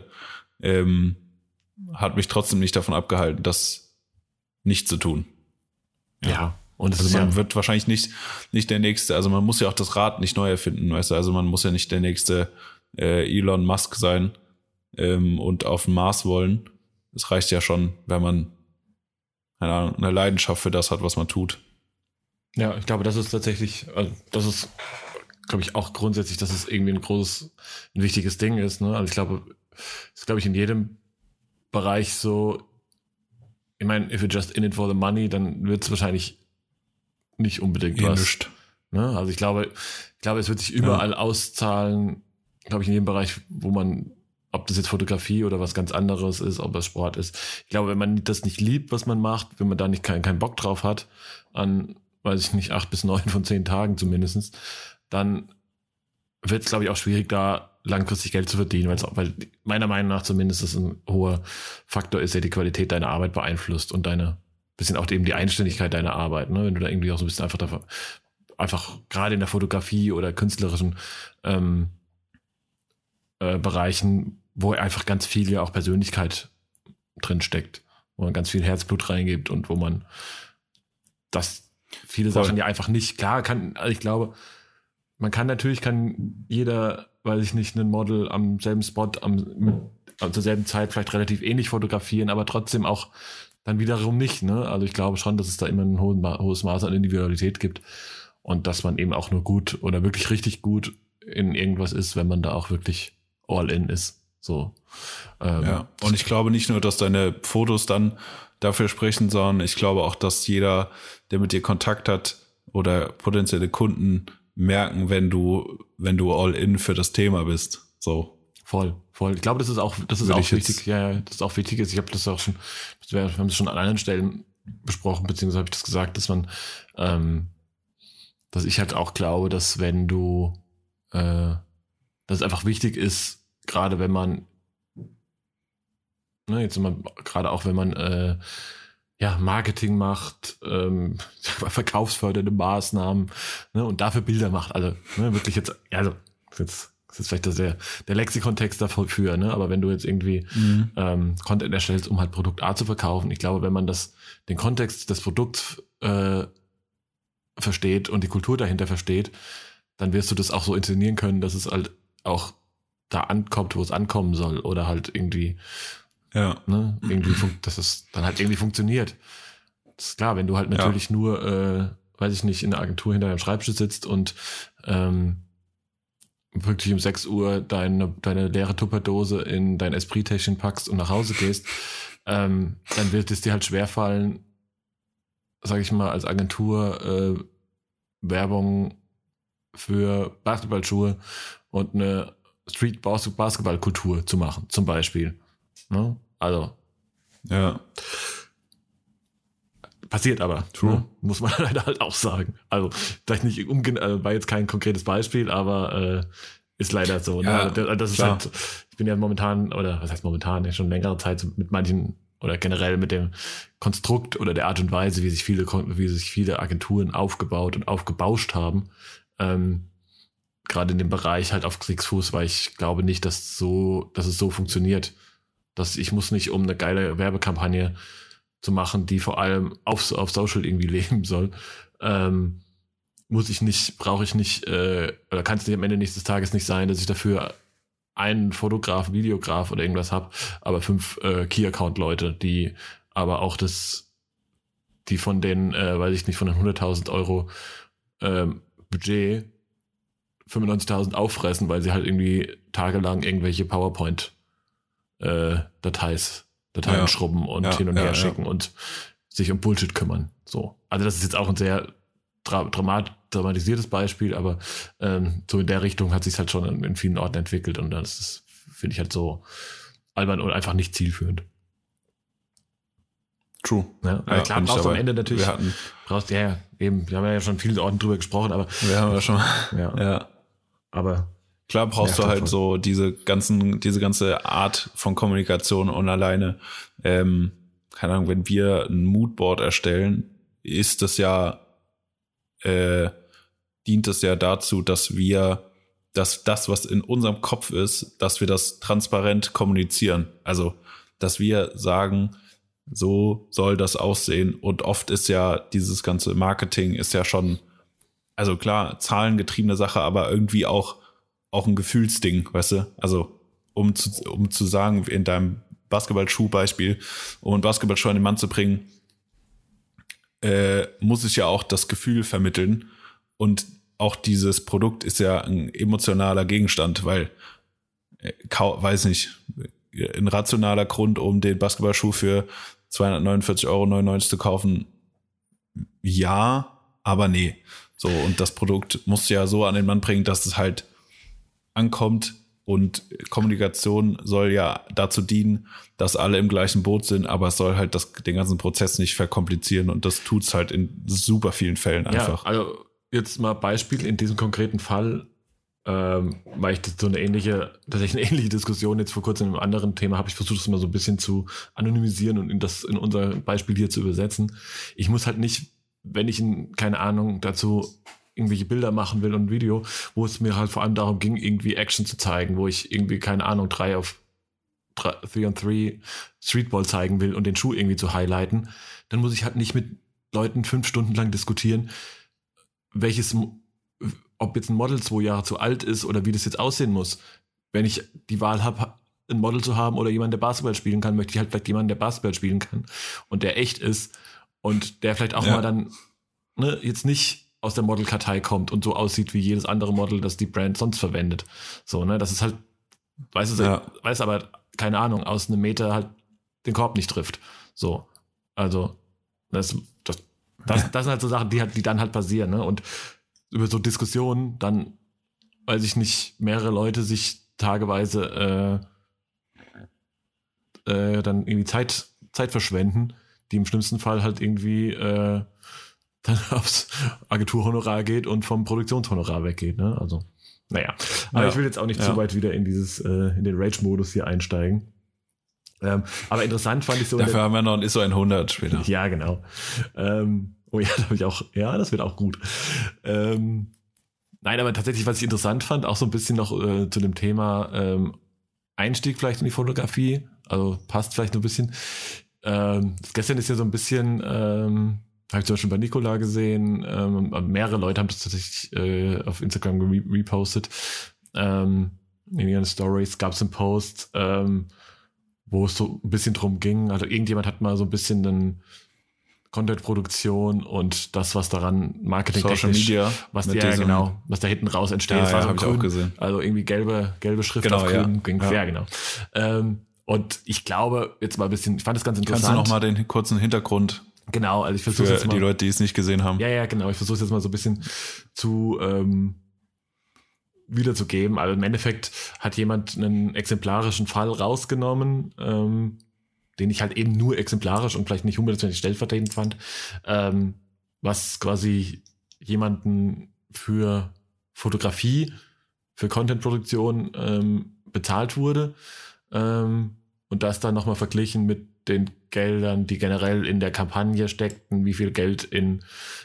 Hat mich trotzdem nicht davon abgehalten, das nicht zu tun. Ja. Und es also man wird wahrscheinlich nicht der nächste, also man muss ja auch das Rad nicht neu erfinden, weißt du, also man muss ja nicht der nächste Elon Musk sein und auf den Mars wollen. Es reicht ja schon, wenn man eine Leidenschaft für das hat, was man tut. Ja, ich glaube, das ist tatsächlich, glaube ich, auch grundsätzlich, dass es irgendwie ein wichtiges Ding ist. Ne? Also ich glaube, das ist, glaube ich, in jedem Bereich so. Ich meine, if you're just in it for the money, dann wird es wahrscheinlich nicht unbedingt was. Ne? Also ich glaube, es wird sich überall auszahlen, glaube ich, in jedem Bereich, wo man, ob das jetzt Fotografie oder was ganz anderes ist, ob das Sport ist. Ich glaube, wenn man das nicht liebt, was man macht, wenn man da nicht keinen Bock drauf hat, an, weiß ich nicht, 8 bis 9 von 10 Tagen zumindestens, dann wird es, glaube ich, auch schwierig, da langfristig Geld zu verdienen, weil meiner Meinung nach zumindest das ein hoher Faktor ist, der die Qualität deiner Arbeit beeinflusst und bisschen auch eben die Einständigkeit deiner Arbeit, ne? Wenn du da irgendwie auch so ein bisschen einfach gerade in der Fotografie oder künstlerischen Bereichen, wo einfach ganz viel ja auch Persönlichkeit drin steckt, wo man ganz viel Herzblut reingibt und wo man viele Sachen ja einfach nicht klar kann. Also ich glaube, kann jeder, weiß ich nicht, ein Model am selben Spot zur selben Zeit vielleicht relativ ähnlich fotografieren, aber trotzdem auch dann wiederum nicht, ne? Also ich glaube schon, dass es da immer ein hohes Maß an Individualität gibt und dass man eben auch nur gut oder wirklich richtig gut in irgendwas ist, wenn man da auch wirklich all in ist. So. Ja, und ich glaube nicht nur, dass deine Fotos dann dafür sprechen, sondern ich glaube auch, dass jeder, der mit dir Kontakt hat oder potenzielle Kunden merken, wenn du all in für das Thema bist. So. Voll. Ich glaube, das ist auch wichtig. Ja, das ist auch wichtig ist. Ich habe das auch schon, wir haben es schon an anderen Stellen besprochen, beziehungsweise habe ich das gesagt, dass man, dass ich halt auch glaube, dass wenn du, dass es einfach wichtig ist, gerade wenn man, ne, jetzt immer, gerade auch wenn man, Marketing macht, verkaufsfördernde Maßnahmen, ne, und dafür Bilder macht, also, ne, wirklich jetzt, also, das ist vielleicht der Lexikontext dafür, ne? Aber wenn du jetzt irgendwie Content erstellst, um halt Produkt A zu verkaufen, ich glaube, wenn man den Kontext des Produkts versteht und die Kultur dahinter versteht, dann wirst du das auch so inszenieren können, dass es halt auch da ankommt, wo es ankommen soll, oder halt irgendwie, ne, dass es dann halt irgendwie funktioniert. Das ist klar, wenn du halt natürlich nur, weiß ich nicht, in der Agentur hinter deinem Schreibtisch sitzt und wirklich um 6 Uhr deine leere Tupperdose in dein Esprit-Täschchen packst und nach Hause gehst, dann wird es dir halt schwerfallen, sag ich mal, als Agentur Werbung für Basketballschuhe und eine Street-Basketball-Kultur zu machen, zum Beispiel. Ne? Also. Ja. Passiert aber, ne? Muss man leider halt auch sagen. Also, vielleicht nicht war jetzt kein konkretes Beispiel, aber ist leider so. Ja, ne? Das ist halt, ich bin ja momentan, oder was heißt momentan, schon längere Zeit mit manchen oder generell mit dem Konstrukt oder der Art und Weise, wie sich viele Agenturen aufgebaut und aufgebauscht haben, gerade in dem Bereich halt auf Kriegsfuß, weil ich glaube nicht, dass es so funktioniert. Ich muss nicht, um eine geile Werbekampagne zu machen, die vor allem auf Social irgendwie leben soll, brauche ich nicht, oder kann es nicht am Ende des Tages nicht sein, dass ich dafür einen Fotograf, Videograf oder irgendwas habe, aber 5 Key-Account-Leute, die aber auch die von den, weiß ich nicht, von den 100.000 Euro Budget 95.000 auffressen, weil sie halt irgendwie tagelang irgendwelche PowerPoint-Dateien schrubben und hin und her schicken und sich um Bullshit kümmern. So. Also das ist jetzt auch ein sehr dramatisiertes Beispiel, aber so in der Richtung hat sich halt schon in vielen Orten entwickelt und das ist, finde ich, halt so albern und einfach nicht zielführend. True. Ja, aber klar, brauchst du am Ende natürlich, wir haben ja schon vielen Orten drüber gesprochen, aber wir haben ja schon, aber klar brauchst du halt voll so diese ganze Art von Kommunikation und alleine, keine Ahnung, wenn wir ein Moodboard erstellen, ist das ja, dient es ja dazu, dass das, was in unserem Kopf ist, dass wir das transparent kommunizieren. Also, dass wir sagen, so soll das aussehen. Und oft ist ja dieses ganze Marketing ist ja schon, also klar, zahlengetriebene Sache, aber irgendwie auch ein Gefühlsding, weißt du? Also, um zu sagen, in deinem Basketballschuh-Beispiel, um einen Basketballschuh an den Mann zu bringen, muss ich ja auch das Gefühl vermitteln. Und auch dieses Produkt ist ja ein emotionaler Gegenstand, weil, weiß nicht, ein rationaler Grund, um den Basketballschuh für 249,99 Euro zu kaufen, ja, aber nee. So, und das Produkt musst du ja so an den Mann bringen, dass es halt ankommt, und Kommunikation soll ja dazu dienen, dass alle im gleichen Boot sind, aber es soll halt den ganzen Prozess nicht verkomplizieren, und das tut's halt in super vielen Fällen einfach. Ja, also jetzt mal Beispiel in diesem konkreten Fall, weil ich das tatsächlich eine ähnliche Diskussion jetzt vor kurzem in einem anderen Thema habe, ich versuche das mal so ein bisschen zu anonymisieren und in unser Beispiel hier zu übersetzen. Ich muss halt nicht, wenn ich keine Ahnung dazu irgendwelche Bilder machen will und ein Video, wo es mir halt vor allem darum ging, irgendwie Action zu zeigen, wo ich irgendwie, keine Ahnung, 3-on-3 Streetball zeigen will und den Schuh irgendwie zu highlighten, dann muss ich halt nicht mit Leuten 5 Stunden lang diskutieren, ob jetzt ein Model 2 Jahre zu alt ist oder wie das jetzt aussehen muss. Wenn ich die Wahl habe, ein Model zu haben oder jemanden, der Basketball spielen kann, möchte ich halt vielleicht jemanden, der Basketball spielen kann und der echt ist und der vielleicht auch mal dann jetzt nicht aus der Modelkartei kommt und so aussieht wie jedes andere Model, das die Brand sonst verwendet. So, ne, das ist halt, weiß aber, keine Ahnung, aus einem Meter halt den Korb nicht trifft. So, also das sind halt so Sachen, die dann halt passieren, ne? Und über so Diskussionen dann, weiß ich nicht, mehrere Leute sich tageweise dann irgendwie Zeit verschwenden, die im schlimmsten Fall halt irgendwie dann aufs Agenturhonorar geht und vom Produktionshonorar weggeht, ne? Also, naja. Aber ich will jetzt auch nicht zu weit wieder in in den Rage-Modus hier einsteigen. Aber interessant fand ich so. Dafür haben wir noch ein ISO 100 später. Ja, genau. Oh ja, da habe ich auch, ja, das wird auch gut. Nein, aber tatsächlich, was ich interessant fand, auch so ein bisschen noch zu dem Thema Einstieg vielleicht in die Fotografie, also passt vielleicht ein bisschen. Gestern ist ja so ein bisschen, habe ich zum Beispiel bei Nicola gesehen, mehrere Leute haben das tatsächlich auf Instagram repostet. In ihren Stories gab es einen Post, wo es so ein bisschen drum ging. Also irgendjemand hat mal so ein bisschen dann Content-Produktion und das, was daran marketingtechnisch, Social Media, was da hinten raus entsteht. Das war so habe ich auch gesehen. Also irgendwie gelbe Schrift auf grün. Genau. Und ich glaube, jetzt mal ein bisschen, ich fand das ganz interessant. Kannst du noch mal den kurzen Hintergrund? Genau, also ich versuche jetzt mal. Die Leute, die es nicht gesehen haben. Ja, genau. Ich versuche es jetzt mal so ein bisschen zu wiederzugeben. Also im Endeffekt hat jemand einen exemplarischen Fall rausgenommen, den ich halt eben nur exemplarisch und vielleicht nicht hundertprozentig stellvertretend fand, was quasi jemanden für Fotografie, für Contentproduktion bezahlt wurde, und das dann nochmal verglichen mit den Geldern, die generell in der Kampagne steckten, wie viel Geld in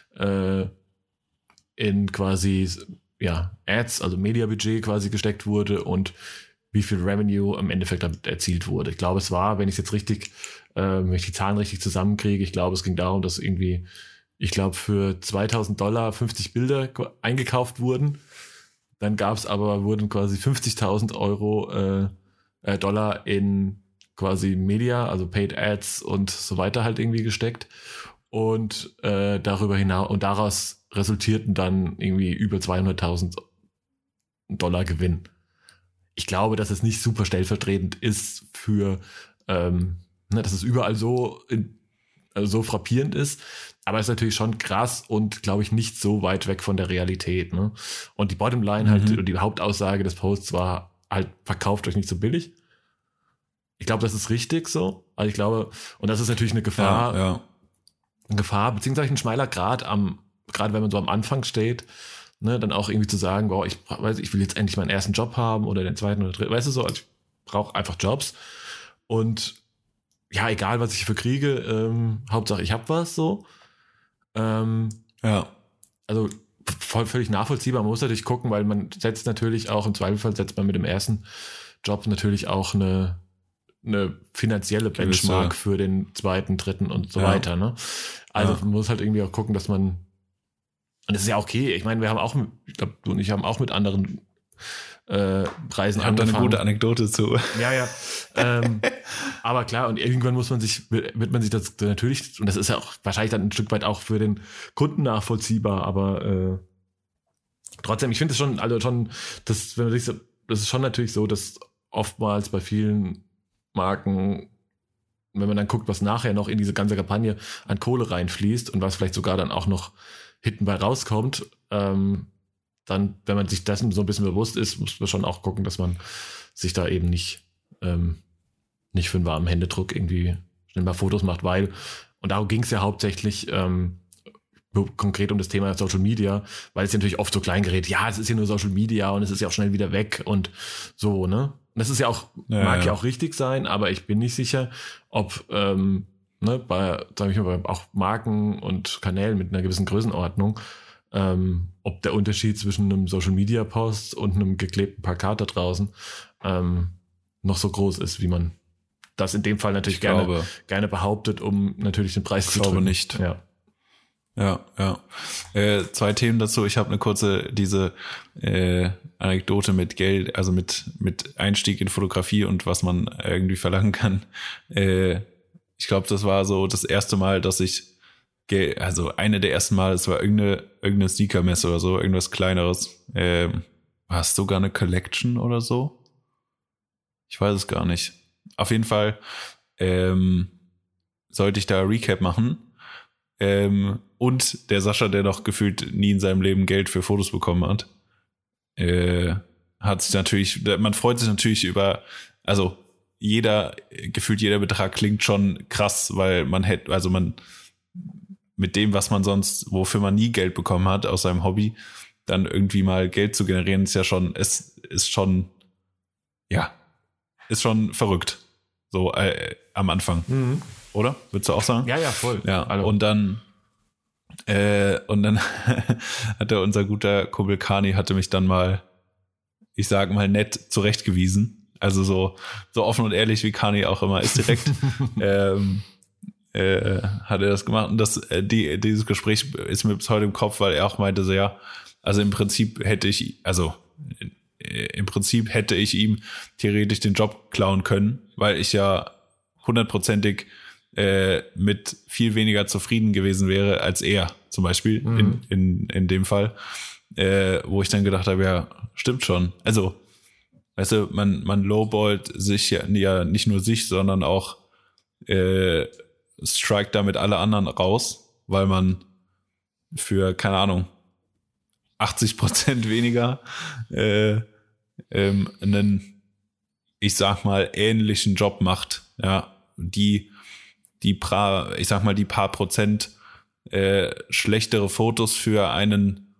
quasi Ads, also Mediabudget quasi gesteckt wurde und wie viel Revenue im Endeffekt damit erzielt wurde. Ich glaube, es war, wenn ich jetzt richtig, wenn ich die Zahlen richtig zusammenkriege, ich glaube, es ging darum, dass irgendwie, für $2.000 50 Bilder eingekauft wurden. Dann wurden quasi 50.000 Dollar in quasi Media, also Paid Ads und so weiter halt irgendwie gesteckt. Und darüber hinaus, und daraus resultierten dann irgendwie über $200.000 Gewinn. Ich glaube, dass es nicht super stellvertretend ist für, dass es überall so frappierend ist, aber es ist natürlich schon krass und, glaube ich, nicht so weit weg von der Realität. Ne? Und die Bottomline halt, und die Hauptaussage des Posts war halt, verkauft euch nicht so billig. Ich glaube, das ist richtig so. Also ich glaube, und das ist natürlich eine Gefahr, eine Gefahr, beziehungsweise ein schmaler Grad, gerade wenn man so am Anfang steht, ne, dann auch irgendwie zu sagen, boah, ich will jetzt endlich meinen ersten Job haben oder den zweiten oder dritten, weißt du so, also ich brauche einfach Jobs und ja, egal was ich für kriege, Hauptsache ich hab was so. Also völlig nachvollziehbar, man muss natürlich gucken, weil man setzt natürlich auch, im Zweifelsfall setzt man mit dem ersten Job natürlich auch eine finanzielle Benchmark für den zweiten, dritten und so weiter. Ne? Also man muss halt irgendwie auch gucken, dass man, und das ist ja okay, ich meine, wir haben auch, ich glaube, du und ich haben auch mit anderen Preisen angefangen. Da eine gute Anekdote zu. Ja. Aber klar, und irgendwann wird man sich das natürlich, und das ist ja auch wahrscheinlich dann ein Stück weit auch für den Kunden nachvollziehbar, aber trotzdem, ich finde es schon, das ist schon natürlich so, dass oftmals bei vielen Marken, wenn man dann guckt, was nachher noch in diese ganze Kampagne an Kohle reinfließt und was vielleicht sogar dann auch noch hinten bei rauskommt, dann, wenn man sich dessen so ein bisschen bewusst ist, muss man schon auch gucken, dass man sich da eben nicht für einen warmen Händedruck irgendwie schnell mal Fotos macht, weil, und darum ging es ja hauptsächlich konkret um das Thema Social Media, weil es ja natürlich oft so klein gerät, ja, es ist ja nur Social Media und es ist ja auch schnell wieder weg und so, ne? Und das ist ja auch, mag ja auch richtig sein, aber ich bin nicht sicher, ob bei auch Marken und Kanälen mit einer gewissen Größenordnung, ob der Unterschied zwischen einem Social-Media-Post und einem geklebten Plakat da draußen noch so groß ist, wie man das in dem Fall natürlich gerne behauptet, um natürlich den Preis zu drücken. Ich glaube nicht. Ja. Ja. 2 Themen dazu. Ich habe eine kurze, diese Anekdote mit Geld, also mit Einstieg in Fotografie und was man irgendwie verlangen kann. Ich glaube, das war so das erste Mal, dass ich, also eine der ersten Mal, es war irgendeine Sneaker-Messe oder so, irgendwas Kleineres. War es sogar eine Collection oder so? Ich weiß es gar nicht. Auf jeden Fall sollte ich da Recap machen. Und der Sascha, der noch gefühlt nie in seinem Leben Geld für Fotos bekommen hat, hat sich natürlich, man freut sich natürlich über, also gefühlt jeder Betrag klingt schon krass, weil man mit dem, was man sonst, wofür man nie Geld bekommen hat aus seinem Hobby, dann irgendwie mal Geld zu generieren, ist schon verrückt. So am Anfang. Mhm. Oder? Würdest du auch sagen? Ja, voll. Ja, also. Und dann hatte unser guter Kumpel Kani hatte mich dann mal, ich sag mal, nett zurechtgewiesen. Also so offen und ehrlich, wie Kani auch immer ist direkt. Hat er das gemacht. Und dieses Gespräch ist mir bis heute im Kopf, weil er auch meinte so, ja, also im Prinzip hätte ich ihm theoretisch den Job klauen können, weil ich ja 100%ig mit viel weniger zufrieden gewesen wäre als er zum Beispiel in dem Fall, wo ich dann gedacht habe, ja, stimmt schon. Also, weißt du, man lowballt sich ja nicht nur sich, sondern auch strikt damit alle anderen raus, weil man für, keine Ahnung, 80% weniger einen, ich sag mal, ähnlichen Job macht, ja, die paar Prozent schlechtere Fotos für einen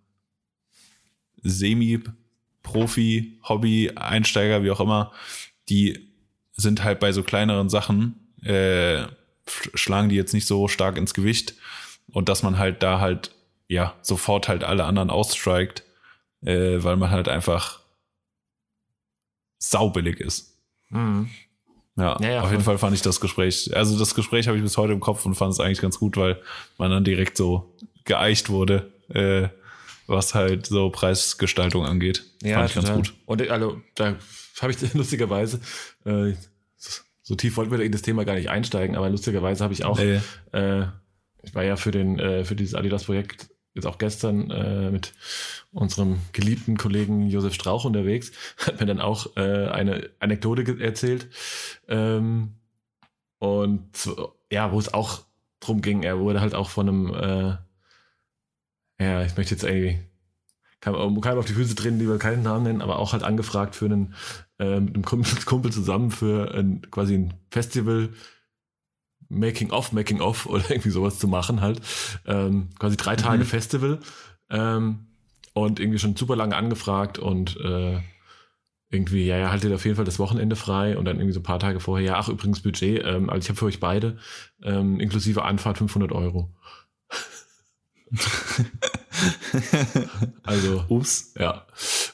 Semi-Profi, Hobby, Einsteiger, wie auch immer, die sind halt bei so kleineren Sachen, schlagen die jetzt nicht so stark ins Gewicht, und dass man halt da halt, ja, sofort halt alle anderen ausstrikt, weil man halt einfach saubillig ist. Mhm. Ja, auf jeden Fall fand ich das Gespräch habe ich bis heute im Kopf und fand es eigentlich ganz gut, weil man dann direkt so geeicht wurde, was halt so Preisgestaltung angeht. Ja, fand ich ganz gut. Und also, da habe ich lustigerweise, so tief wollten wir in das Thema gar nicht einsteigen, aber lustigerweise habe ich auch, ich war ja für dieses Adidas-Projekt jetzt auch gestern mit unserem geliebten Kollegen Josef Strauch unterwegs, hat mir dann auch eine Anekdote erzählt. Und ja, wo es auch drum ging, er wurde halt auch von einem, ich möchte jetzt irgendwie, kann auf die Füße treten, lieber keinen Namen nennen, aber auch halt angefragt für einen, mit einem Kumpel zusammen für quasi ein Festival, Making of oder irgendwie sowas zu machen halt. Quasi 3 Tage Festival und irgendwie schon super lange angefragt und irgendwie, haltet auf jeden Fall das Wochenende frei, und dann irgendwie so ein paar Tage vorher, übrigens Budget, also ich habe für euch beide inklusive Anfahrt 500 €. Also, ups. Ja.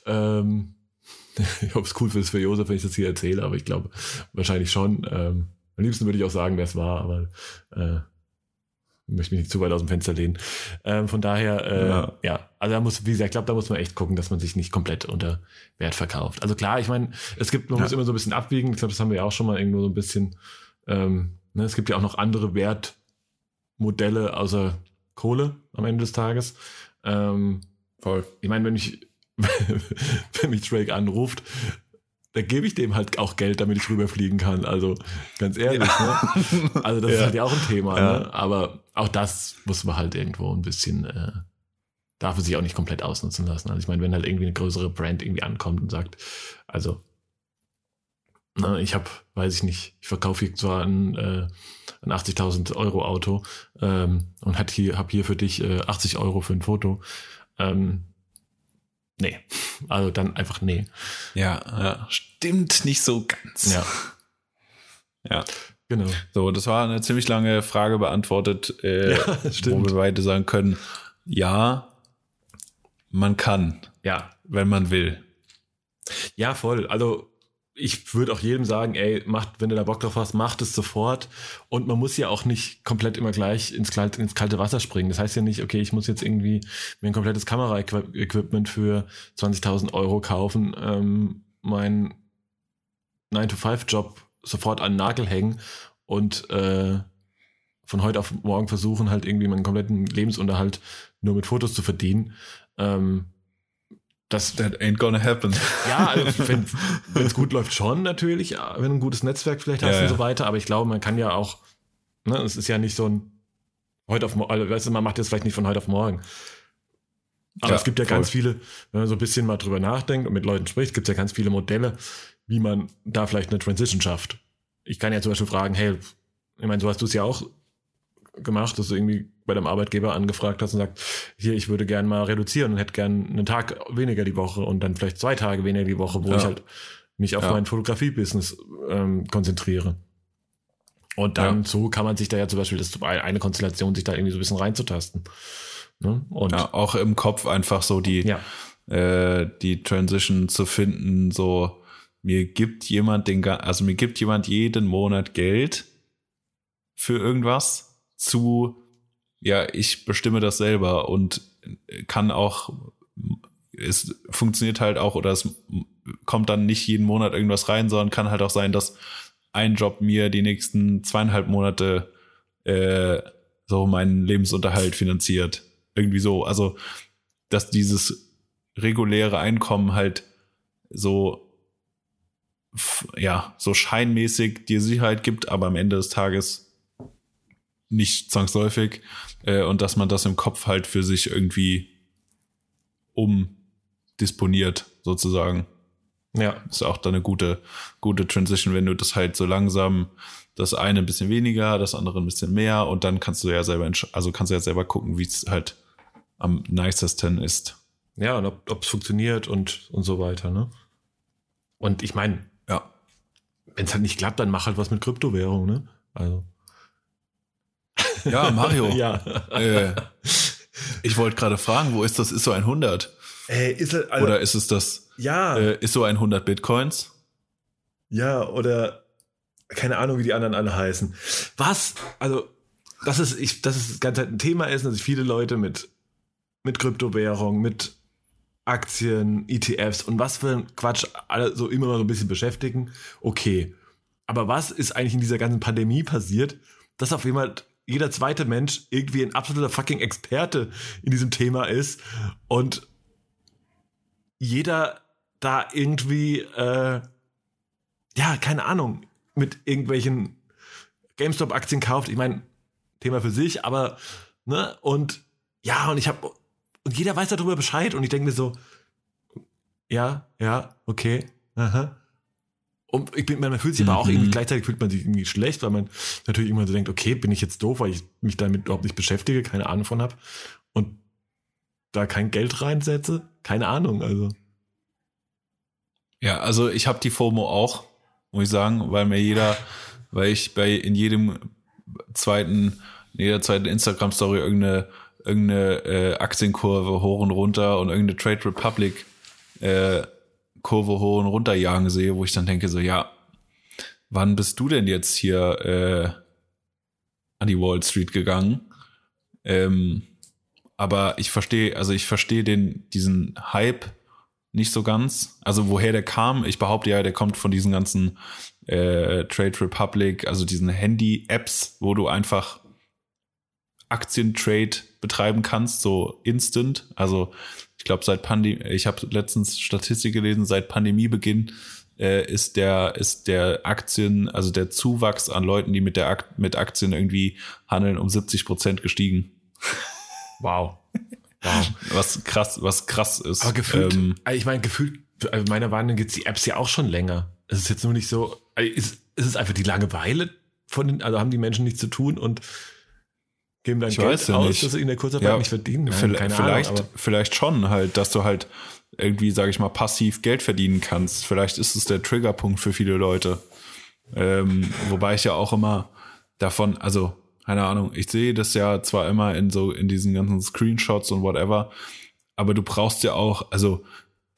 Ich hoffe, es cool für Josef, wenn ich das hier erzähle, aber ich glaube wahrscheinlich schon. Am liebsten würde ich auch sagen, wer es war, aber ich möchte mich nicht zu weit aus dem Fenster lehnen. Von daher, also da muss, wie gesagt, ich glaube, da muss man echt gucken, dass man sich nicht komplett unter Wert verkauft. Also klar, ich meine, man muss immer so ein bisschen abwiegen. Ich glaube, das haben wir ja auch schon mal irgendwo so ein bisschen, es gibt ja auch noch andere Wertmodelle außer Kohle am Ende des Tages. Voll. Ich meine, wenn mich Drake anruft, da gebe ich dem halt auch Geld, damit ich rüberfliegen kann. Also ganz ehrlich, ne? Also das ist halt ja auch ein Thema, ne? Aber auch das muss man halt irgendwo ein bisschen, darf man sich auch nicht komplett ausnutzen lassen. Also ich meine, wenn halt irgendwie eine größere Brand irgendwie ankommt und sagt, also ich verkaufe hier zwar ein 80.000 € Auto und hab hier für dich 80 € für ein Foto. Nee, also dann einfach nee. Ja, stimmt nicht so ganz. Ja, genau. So, das war eine ziemlich lange Frage beantwortet, wo wir beide sagen können, ja, man kann, wenn man will. Ja, voll. Also ich würde auch jedem sagen, ey, wenn du da Bock drauf hast, macht es sofort. Und man muss ja auch nicht komplett immer gleich ins kalte Wasser springen. Das heißt ja nicht, okay, ich muss jetzt irgendwie mir ein komplettes Kamera-Equipment für 20.000 Euro kaufen, mein 9-to-5-Job sofort an den Nagel hängen und von heute auf morgen versuchen, halt irgendwie meinen kompletten Lebensunterhalt nur mit Fotos zu verdienen. That ain't gonna happen. Ja, also wenn es gut läuft schon natürlich, wenn du ein gutes Netzwerk vielleicht hast und so weiter, aber ich glaube, man kann ja auch, ne, es ist ja nicht so ein heute auf morgen, also, weißt du, man macht das vielleicht nicht von heute auf morgen. Aber es gibt ja ganz viele, wenn man so ein bisschen mal drüber nachdenkt und mit Leuten spricht, gibt es ja ganz viele Modelle, wie man da vielleicht eine Transition schafft. Ich kann ja zum Beispiel fragen, hey, ich meine, so hast du es ja auch gemacht, dass du irgendwie bei deinem Arbeitgeber angefragt hast und sagst, hier, ich würde gerne mal reduzieren und hätte gerne einen Tag weniger die Woche und dann vielleicht 2 Tage weniger die Woche, wo ich halt mich auf mein Fotografie-Business konzentriere. Und dann so kann man sich da ja zum Beispiel, das ist eine Konstellation, sich da irgendwie so ein bisschen reinzutasten. Ne? Und auch im Kopf einfach so die Transition zu finden, so mir gibt jemand jeden Monat Geld für irgendwas ich bestimme das selber und kann auch, es funktioniert halt auch, oder es kommt dann nicht jeden Monat irgendwas rein, sondern kann halt auch sein, dass ein Job mir die nächsten 2,5 Monate so meinen Lebensunterhalt finanziert. Irgendwie so. Also, dass dieses reguläre Einkommen halt so scheinmäßig dir Sicherheit gibt, aber am Ende des Tages nicht zwangsläufig, und dass man das im Kopf halt für sich irgendwie umdisponiert, sozusagen. Ja. Ist auch dann eine gute Transition, wenn du das halt so langsam, das eine ein bisschen weniger, das andere ein bisschen mehr, und dann kannst du ja selber gucken, wie es halt am nicesten ist. Ja, und ob es funktioniert und so weiter, ne? Und ich meine, wenn es halt nicht klappt, dann mach halt was mit Kryptowährung, ne? Also. Ja, Mario. Ja. Ich wollte gerade fragen, wo ist das ISO 100? Oder ist es das? Ja. ISO 100 Bitcoins? Ja, oder keine Ahnung, wie die anderen alle heißen. Was? Also, dass es ganz halt ein Thema ist, dass sich viele Leute mit Kryptowährung, mit Aktien, ETFs und was für ein Quatsch alle so immer mal so ein bisschen beschäftigen. Okay. Aber was ist eigentlich in dieser ganzen Pandemie passiert, dass auf einmal jeder zweite Mensch irgendwie ein absoluter fucking Experte in diesem Thema ist und jeder da irgendwie, keine Ahnung, mit irgendwelchen GameStop-Aktien kauft. Ich meine, Thema für sich, aber, ne, und jeder weiß darüber Bescheid und ich denke mir so, okay, aha. Und man fühlt sich aber auch irgendwie, gleichzeitig fühlt man sich irgendwie schlecht, weil man natürlich immer so denkt, okay, bin ich jetzt doof, weil ich mich damit überhaupt nicht beschäftige, keine Ahnung von habe und da kein Geld reinsetze? Keine Ahnung, also. Ja, also ich habe die FOMO auch, muss ich sagen, weil ich in jeder zweiten Instagram-Story irgendeine Aktienkurve hoch und runter und irgendeine Trade Republic Kurve hoch und runter jagen sehe, wo ich dann denke so, ja, wann bist du denn jetzt hier an die Wall Street gegangen? Aber ich verstehe diesen Hype nicht so ganz. Also woher der kam, ich behaupte ja, der kommt von diesen ganzen Trade Republic, also diesen Handy-Apps, wo du einfach Aktientrade betreiben kannst, so instant. Also ich glaube, ich habe letztens Statistik gelesen, seit Pandemiebeginn ist der Aktien, also der Zuwachs an Leuten, die mit Aktien irgendwie handeln, um 70% gestiegen. Wow. Was krass ist. Aber gefühlt, meiner Wahrnehmung gibt es die Apps ja auch schon länger. Es ist jetzt nur nicht so, ist es einfach die Langeweile also haben die Menschen nichts zu tun und geben dann Geld aus, dass sie in der Kurzarbeit nicht verdienen. Vielleicht schon halt, dass du halt irgendwie, sage ich mal, passiv Geld verdienen kannst. Vielleicht ist es der Triggerpunkt für viele Leute. Wobei ich ja auch immer davon, also keine Ahnung, ich sehe das ja zwar immer in diesen ganzen Screenshots und whatever, aber du brauchst ja auch, also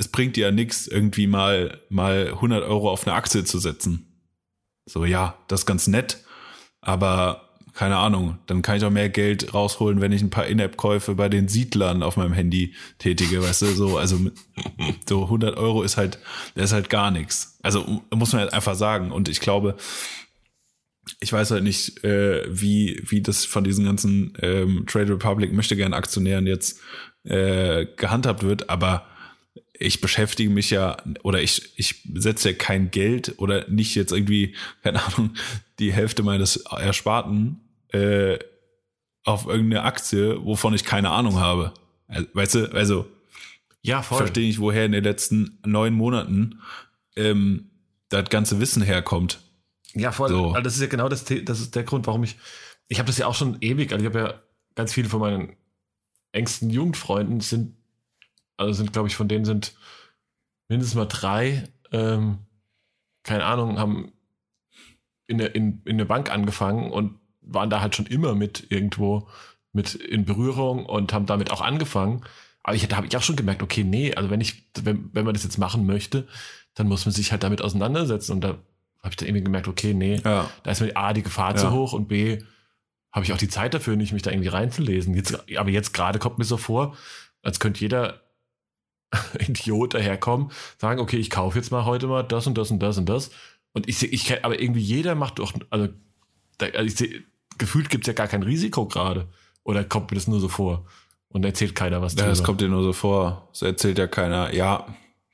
es bringt dir ja nichts, irgendwie mal 100 Euro auf eine Aktie zu setzen. So, ja, das ist ganz nett, aber keine Ahnung, dann kann ich auch mehr Geld rausholen, wenn ich ein paar In-App-Käufe bei den Siedlern auf meinem Handy tätige, weißt du, so, also so 100 Euro ist halt gar nichts. Also muss man halt einfach sagen. Und ich glaube, ich weiß halt nicht, wie das von diesen ganzen Trade Republic Möchtegern-Aktionären jetzt gehandhabt wird, aber ich beschäftige mich ja, oder ich setze ja kein Geld oder nicht jetzt irgendwie, keine Ahnung, die Hälfte meines Ersparten auf irgendeine Aktie, wovon ich keine Ahnung habe. Weißt du, also ja, voll. Verstehe ich, woher in den letzten 9 Monaten das ganze Wissen herkommt. Ja, voll. So. Also das ist ja genau das ist der Grund, warum ich habe das ja auch schon ewig, also ich habe ja ganz viele von meinen engsten Jugendfreunden sind, glaube ich, von denen sind mindestens mal 3, keine Ahnung, haben in der Bank angefangen und waren da halt schon immer mit in Berührung und haben damit auch angefangen. Aber da habe ich auch schon gemerkt, okay, nee, also wenn man das jetzt machen möchte, dann muss man sich halt damit auseinandersetzen. Und da habe ich dann irgendwie gemerkt, okay, nee, da ist mir A, die Gefahr zu hoch und B, habe ich auch die Zeit dafür nicht, mich da irgendwie reinzulesen. Aber jetzt gerade kommt mir so vor, als könnte jeder Idiot daherkommen, sagen, okay, ich kaufe jetzt mal heute mal das und das und das und das. Und aber irgendwie jeder macht doch, ich sehe, gefühlt gibt es ja gar kein Risiko gerade. Oder kommt mir das nur so vor? Und erzählt keiner was drüber. Ja, das kommt dir nur so vor. So erzählt ja keiner. Ja,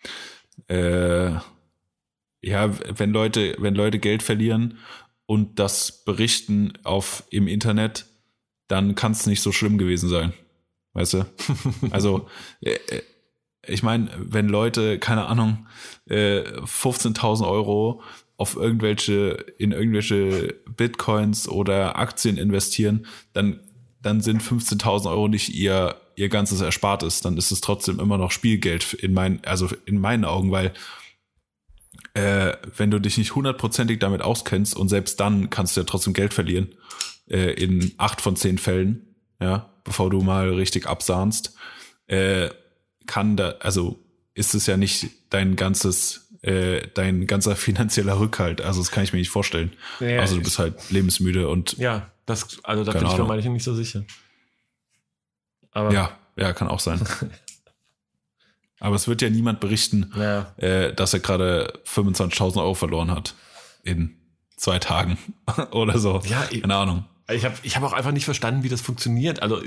wenn Leute Geld verlieren und das berichten im Internet, dann kann es nicht so schlimm gewesen sein. Weißt du? Also, ich meine, wenn Leute, keine Ahnung, 15.000 Euro in irgendwelche Bitcoins oder Aktien investieren, dann sind 15.000 Euro nicht ihr ganzes Erspartes. Dann ist es trotzdem immer noch Spielgeld in meinen Augen, weil wenn du dich nicht 100%ig damit auskennst und selbst dann kannst du ja trotzdem Geld verlieren, in 8 von 10 Fällen, ja, bevor du mal richtig absahnst, ist es ja nicht dein ganzer finanzieller Rückhalt. Also das kann ich mir nicht vorstellen. Ja, also du bist halt lebensmüde und da bin ich mir manchmal nicht so sicher. Aber ja, kann auch sein. Aber es wird ja niemand berichten, dass er gerade 25.000 Euro verloren hat in 2 Tagen oder so. Ja, keine Ahnung. Ich hab auch einfach nicht verstanden, wie das funktioniert. Also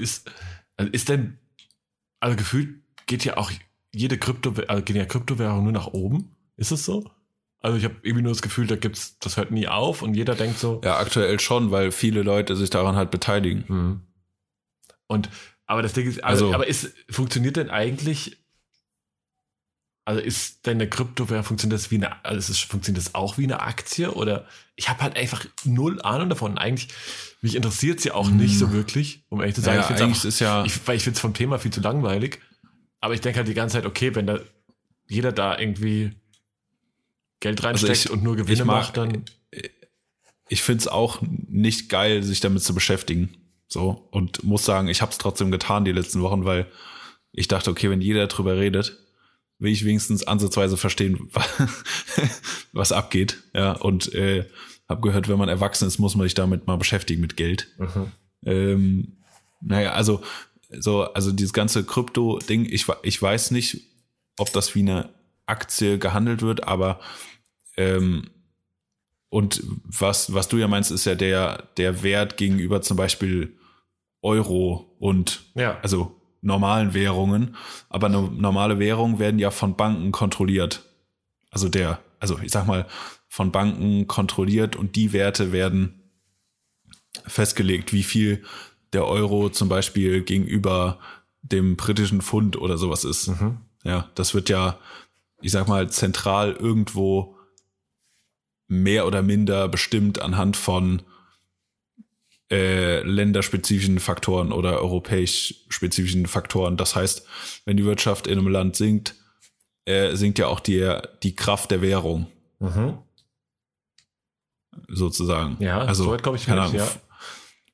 gefühlt geht ja auch gehen ja Kryptowährungen nur nach oben. Ist es so? Also ich habe irgendwie nur das Gefühl, das hört nie auf und jeder denkt so. Ja, aktuell schon, weil viele Leute sich daran halt beteiligen. Mhm. Aber das Ding ist, funktioniert denn eigentlich, also ist denn eine Kryptowährung, funktioniert das auch wie eine Aktie? Oder ich habe halt einfach null Ahnung davon. Eigentlich, mich interessiert es ja auch nicht so wirklich, um ehrlich zu sagen. Ja, ich finde es vom Thema viel zu langweilig. Aber ich denke halt die ganze Zeit, okay, wenn da jeder da irgendwie Geld reinsteckt und nur Gewinne macht, dann. Ich finde es auch nicht geil, sich damit zu beschäftigen. So, und muss sagen, ich habe es trotzdem getan die letzten Wochen, weil ich dachte, okay, wenn jeder drüber redet, will ich wenigstens ansatzweise verstehen, was abgeht. Ja, und habe gehört, wenn man erwachsen ist, muss man sich damit mal beschäftigen mit Geld. Also dieses ganze Krypto-Ding, ich weiß nicht, ob das wie eine Aktie gehandelt wird, aber und was du ja meinst, ist ja der Wert gegenüber zum Beispiel Euro und also normalen Währungen, aber normale Währungen werden ja von Banken kontrolliert. Also ich sag mal, von Banken kontrolliert und die Werte werden festgelegt, wie viel der Euro zum Beispiel gegenüber dem britischen Pfund oder sowas ist. Mhm. Ja, das wird ja, ich sag mal, zentral irgendwo mehr oder minder bestimmt anhand von länderspezifischen Faktoren oder europäisch-spezifischen Faktoren. Das heißt, wenn die Wirtschaft in einem Land sinkt, sinkt ja auch die Kraft der Währung. Mhm. Sozusagen. Ja, also, so weit glaube ich nicht, ja.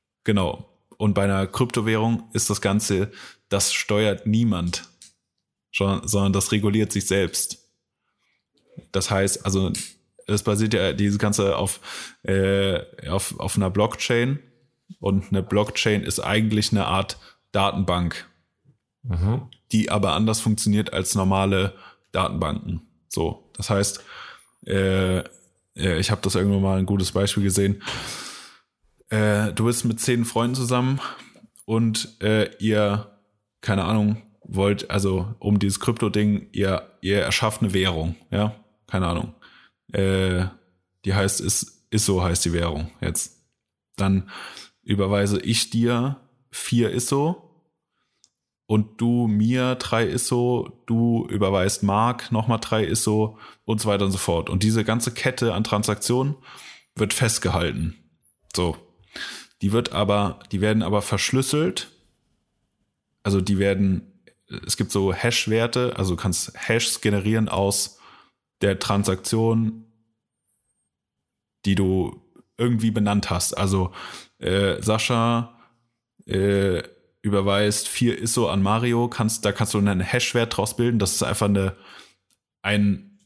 Genau. Und bei einer Kryptowährung ist das Ganze, das steuert niemand. sondern das reguliert sich selbst. Das heißt, also es basiert ja dieses Ganze auf einer Blockchain, und eine Blockchain ist eigentlich eine Art Datenbank, die aber anders funktioniert als normale Datenbanken. So, das heißt, ich habe das irgendwann mal ein gutes Beispiel gesehen. Du bist mit 10 Freunden zusammen und ihr, keine Ahnung, wollt, also um dieses Krypto-Ding, ihr erschafft eine Währung, ja, keine Ahnung. Die heißt, ISO heißt die Währung jetzt. Dann überweise ich dir 4 ISO und du mir 3 ISO, du überweist Mark nochmal 3 ISO und so weiter und so fort. Und diese ganze Kette an Transaktionen wird festgehalten. So. Die werden aber verschlüsselt. Also es gibt so Hash-Werte, also du kannst Hashs generieren aus der Transaktion, die du irgendwie benannt hast. Also Sascha überweist 4 ISO an Mario, da kannst du einen Hash-Wert draus bilden. Das ist einfach ein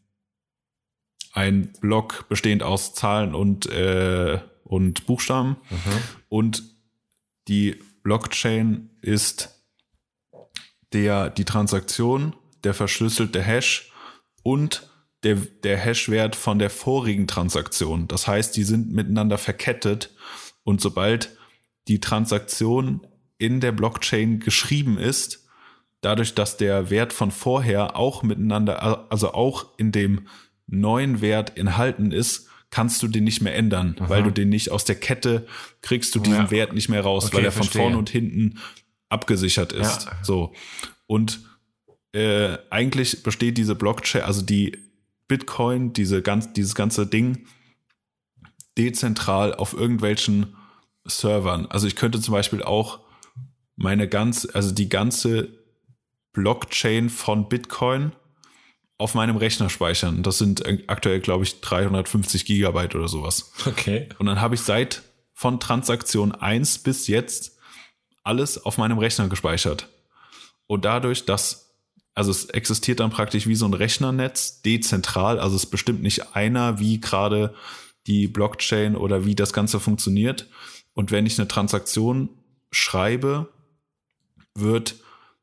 Block bestehend aus Zahlen und Buchstaben. Und die Blockchain ist die Transaktion, der verschlüsselte Hash und der Hash-Wert von der vorigen Transaktion. Das heißt, die sind miteinander verkettet, und sobald die Transaktion in der Blockchain geschrieben ist, dadurch, dass der Wert von vorher auch miteinander, also auch in dem neuen Wert enthalten ist, kannst du den nicht mehr ändern, weil du den nicht aus der Kette kriegst, du diesen Wert nicht mehr raus, weil er von vorne und hinten abgesichert ist. Ja. So. Und eigentlich besteht diese Blockchain, also die Bitcoin, dieses ganze Ding, dezentral auf irgendwelchen Servern. Also ich könnte zum Beispiel auch die ganze Blockchain von Bitcoin auf meinem Rechner speichern. Das sind aktuell, glaube ich, 350 Gigabyte oder sowas. Okay. Und dann habe ich von Transaktion 1 bis jetzt alles auf meinem Rechner gespeichert. Und dadurch, also es existiert dann praktisch wie so ein Rechnernetz, dezentral, also es bestimmt nicht einer, wie gerade die Blockchain oder wie das Ganze funktioniert. Und wenn ich eine Transaktion schreibe, wird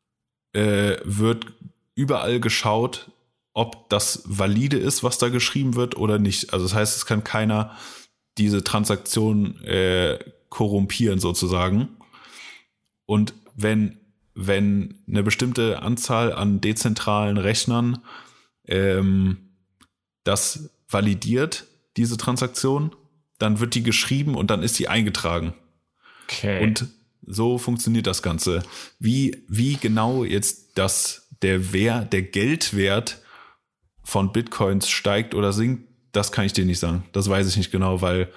überall geschaut, ob das valide ist, was da geschrieben wird oder nicht. Also das heißt, es kann keiner diese Transaktion korrumpieren sozusagen. Und wenn eine bestimmte Anzahl an dezentralen Rechnern das validiert, diese Transaktion, dann wird die geschrieben und dann ist die eingetragen. Okay. Und so funktioniert das Ganze. Wie genau jetzt der Geldwert von Bitcoins steigt oder sinkt, das kann ich dir nicht sagen. Das weiß ich nicht genau, weil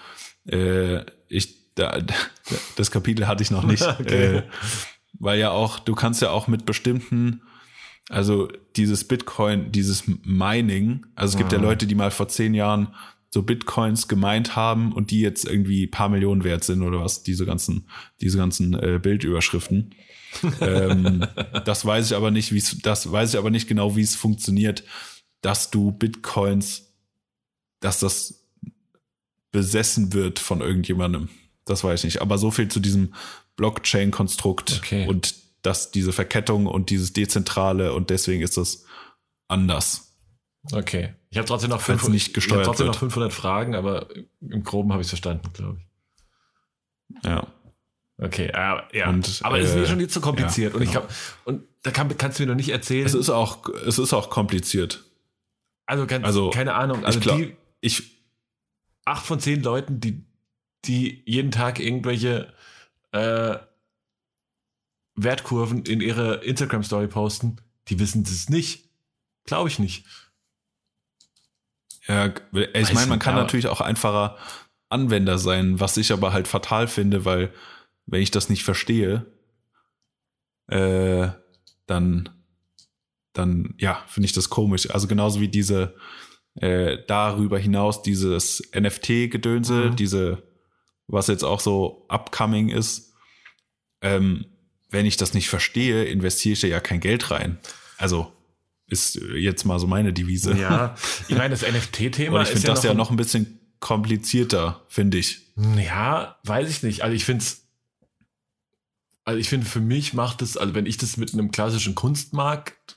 das Kapitel hatte ich noch nicht. Okay. Weil ja auch, du kannst ja auch mit bestimmten, also dieses Bitcoin, dieses Mining, also es gibt ja Leute, die mal vor 10 Jahren so Bitcoins gemeint haben und die jetzt irgendwie ein paar Millionen wert sind oder was, diese ganzen Bildüberschriften. Das weiß ich aber nicht, genau, wie es funktioniert, dass du Bitcoins, dass das besessen wird von irgendjemandem. Das weiß ich nicht. Aber so viel zu diesem Blockchain-Konstrukt und diese Verkettung und dieses Dezentrale, und deswegen ist das anders. Okay. Ich habe trotzdem noch 500 Fragen, aber im Groben habe ich es verstanden, glaube ich. Ja. Okay, ja. Aber es ist mir schon nicht so kompliziert. Ja, genau. Und da kannst du mir noch nicht erzählen. Es ist auch kompliziert. Also keine Ahnung. Also 8 von 10 Leuten, die jeden Tag irgendwelche Wertkurven in ihre Instagram-Story posten, die wissen das nicht. Glaube ich nicht. Ja, ich meine, man kann natürlich auch einfacher Anwender sein, was ich aber halt fatal finde, weil wenn ich das nicht verstehe, dann ja, finde ich das komisch. Also genauso wie diese darüber hinaus dieses NFT-Gedönse, was jetzt auch so upcoming ist, wenn ich das nicht verstehe, investiere ich da ja kein Geld rein. Also Ist jetzt mal so meine Devise. Ja, ich meine, das NFT-Thema Und ich finde das ja noch ein bisschen komplizierter, finde ich. Ja, weiß ich nicht. Also ich finde, für mich macht es, also wenn ich das mit einem klassischen Kunstmarkt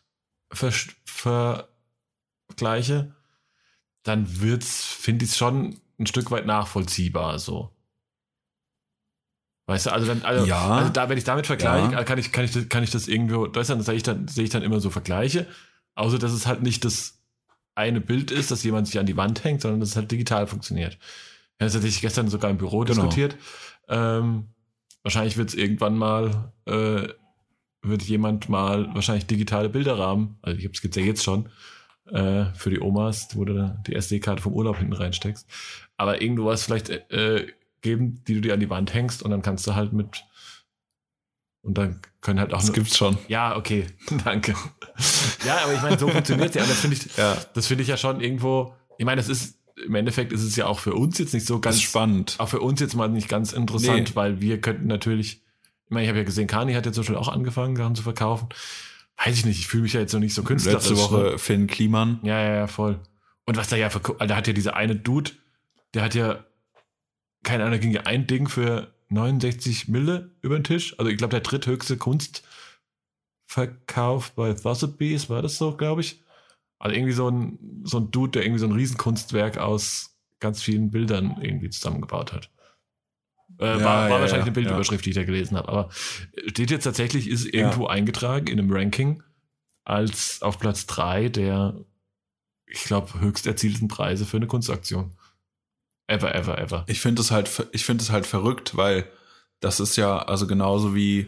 vergleiche, dann finde ich es schon ein Stück weit nachvollziehbar, so. Weißt du, also da, wenn ich damit vergleiche, kann ich das irgendwo, dann sehe ich dann immer so Vergleiche, außer dass es halt nicht das eine Bild ist, dass jemand sich an die Wand hängt, sondern dass es halt digital funktioniert. Ja, das hatte ich gestern sogar im Büro diskutiert. Wahrscheinlich wird es irgendwann mal, wird jemand mal wahrscheinlich digitale Bilderrahmen, also es gibt ja jetzt schon, für die Omas, wo du die SD-Karte vom Urlaub hinten reinsteckst, aber irgendwas vielleicht geben, die du dir an die Wand hängst und dann kannst du halt und dann können halt auch... Das gibt's schon. Ja, okay, danke. Ja, aber ich meine, so funktioniert es ja. Und das finde ich ja schon irgendwo... Ich meine, im Endeffekt ist es ja auch für uns jetzt nicht so ganz... Das ist spannend. Auch für uns jetzt mal nicht ganz interessant, weil wir könnten natürlich... Ich meine, ich habe ja gesehen, Kani hat jetzt zum Beispiel auch angefangen, Sachen zu verkaufen. Weiß ich nicht, ich fühle mich ja jetzt noch nicht so künstlerisch. Letzte Woche Finn Kliman. Ja, voll. Und was da ja... Da hat ja dieser eine Dude, der hat ja... Keine Ahnung, da ging ja ein Ding für 69 Mille über den Tisch. Also ich glaube, der dritthöchste Kunstverkauf bei Sotheby's, war das so, glaube ich. Also irgendwie so ein Dude, der irgendwie so ein Riesenkunstwerk aus ganz vielen Bildern irgendwie zusammengebaut hat. War wahrscheinlich eine Bildüberschrift, die ich da gelesen habe. Aber steht jetzt tatsächlich, ist irgendwo eingetragen in einem Ranking als auf Platz 3 der, ich glaube, höchst erzielten Preise für eine Kunstaktion. Ever. Ich finde es halt verrückt, weil das ist ja, also genauso wie,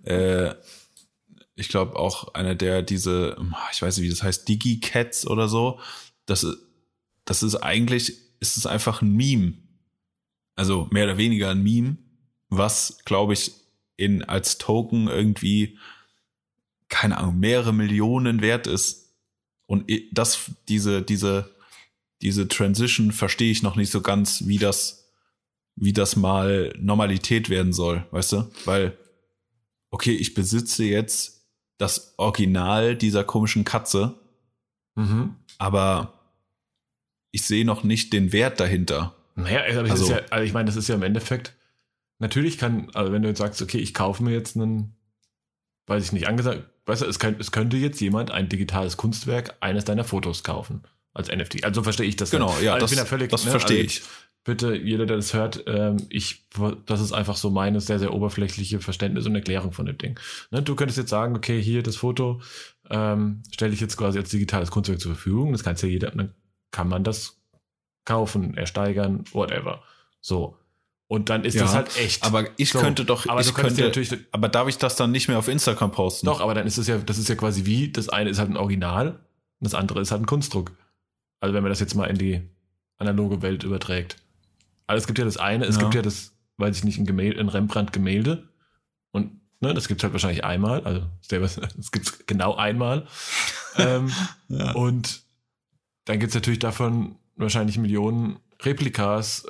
ich glaube auch einer diese, ich weiß nicht, wie das heißt, Digi-Cats oder so, das ist eigentlich, ist es einfach ein Meme. Also mehr oder weniger ein Meme, was, glaube ich, als Token irgendwie, keine Ahnung, mehrere Millionen wert ist. Und diese Transition verstehe ich noch nicht so ganz, wie das mal Normalität werden soll, weißt du? Weil, okay, ich besitze jetzt das Original dieser komischen Katze, aber ich sehe noch nicht den Wert dahinter. Naja, ich meine, das ist ja im Endeffekt, natürlich also wenn du jetzt sagst, okay, ich kaufe mir jetzt einen, weiß ich nicht, angesagt, weißt du, es könnte jetzt jemand ein digitales Kunstwerk eines deiner Fotos kaufen. Als NFT. Also verstehe ich das. Genau, ja, also das verstehe ich. Bitte, jeder, der das hört, das ist einfach so meine sehr, sehr oberflächliche Verständnis und Erklärung von dem Ding. Ne, du könntest jetzt sagen, okay, hier das Foto stelle ich jetzt quasi als digitales Kunstwerk zur Verfügung. Das kann ja jeder, dann kann man das kaufen, ersteigern, whatever. So. Und dann ist das halt echt. Aber aber darf ich das dann nicht mehr auf Instagram posten? Doch, aber dann ist das ist ja quasi das eine ist halt ein Original und das andere ist halt ein Kunstdruck. Also wenn man das jetzt mal in die analoge Welt überträgt. Also es gibt ja das eine, es gibt ja das, weiß ich nicht, ein Rembrandt-Gemälde und das gibt es halt wahrscheinlich einmal, also es gibt es genau einmal. Und dann gibt es natürlich davon wahrscheinlich Millionen Replikas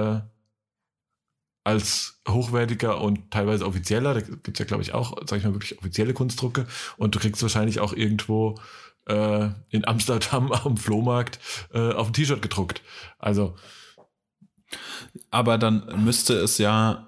als hochwertiger und teilweise offizieller. Da gibt es ja, glaube ich, auch, sag ich mal, wirklich offizielle Kunstdrucke und du kriegst wahrscheinlich auch irgendwo in Amsterdam am Flohmarkt auf ein T-Shirt gedruckt. Also. Aber dann müsste es ja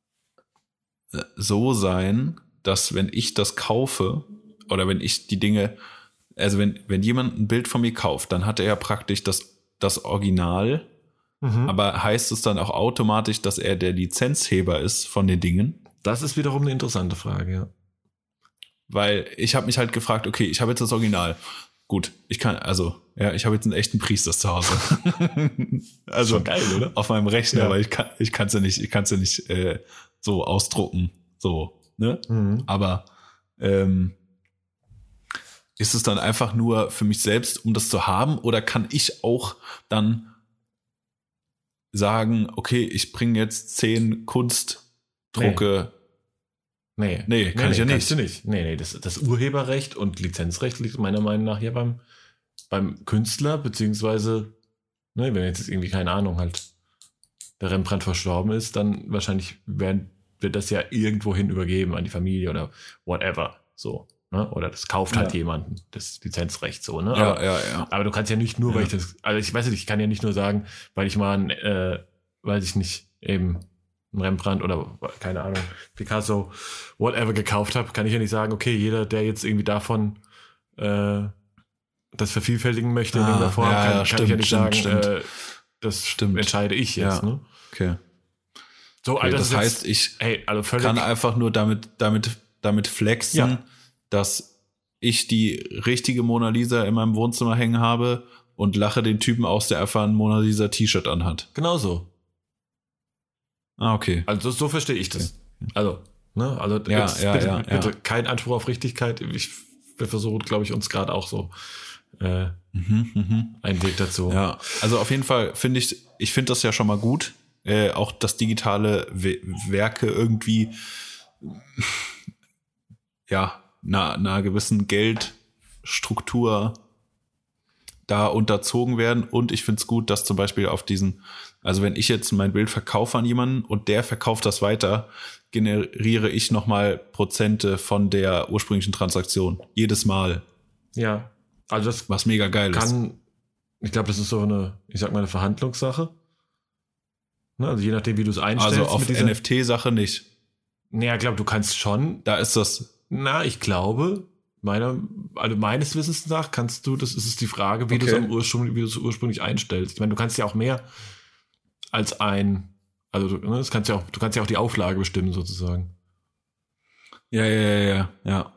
so sein, dass wenn ich das kaufe oder wenn ich die Dinge, also wenn jemand ein Bild von mir kauft, dann hat er ja praktisch das Original, aber heißt es dann auch automatisch, dass er der Lizenzheber ist von den Dingen? Das ist wiederum eine interessante Frage, ja. Weil ich habe mich halt gefragt, okay, ich habe jetzt das Original. Gut, ich habe jetzt einen echten Priester zu Hause. Also schon geil, oder? Auf meinem Rechner, ja. Weil ich kann es ja nicht so ausdrucken, so, ne? Aber ist es dann einfach nur für mich selbst, um das zu haben, oder kann ich auch dann sagen, okay, ich bringe jetzt 10 Kunstdrucke? Nee, kann ich ja nicht. Kannst du nicht. Nee, das Urheberrecht und Lizenzrecht liegt meiner Meinung nach hier beim Künstler, beziehungsweise, wenn jetzt irgendwie, keine Ahnung, halt der Rembrandt verstorben ist, dann wahrscheinlich wird das ja irgendwohin übergeben an die Familie oder whatever. So. Ne? Oder das kauft halt jemanden, das Lizenzrecht so. Ne? Ja. Aber du kannst ja nicht nur, weil ich weiß nicht, ich kann ja nicht nur sagen, weil ich mal weiß ich nicht, eben ein Rembrandt oder keine Ahnung, Picasso, whatever gekauft habe, kann ich ja nicht sagen, okay, jeder, der jetzt irgendwie davon das vervielfältigen möchte in irgendeiner Form, kann ich ja nicht sagen, das entscheide ich jetzt. Ne? Okay. So, okay, das heißt, ich kann einfach nur damit flexen, dass ich die richtige Mona Lisa in meinem Wohnzimmer hängen habe und lache den Typen aus, der einfach ein Mona Lisa T-Shirt anhat. Genau so. Okay. Also so verstehe ich das. Okay. Also, ne? Also bitte kein Anspruch auf Richtigkeit. Wir versuchen, glaube ich, uns gerade auch so einen Weg dazu. Ja, also auf jeden Fall finde ich finde das ja schon mal gut, auch dass digitale Werke irgendwie einer gewissen Geldstruktur da unterzogen werden. Und ich finde es gut, dass zum Beispiel also wenn ich jetzt mein Bild verkaufe an jemanden und der verkauft das weiter, generiere ich nochmal Prozente von der ursprünglichen Transaktion. Jedes Mal. Ja, also das was mega geil ist. Ich glaube, das ist so eine Verhandlungssache. Ne? Also je nachdem, wie du es einstellst. Also auf NFT-Sache nicht. Naja, ich glaube, du kannst schon. Da ist das. Ich glaube, meines Wissens nach kannst du, das ist die Frage, wie du es ursprünglich einstellst. Ich meine, du kannst ja auch mehr als du kannst ja auch die Auflage bestimmen, sozusagen. Ja.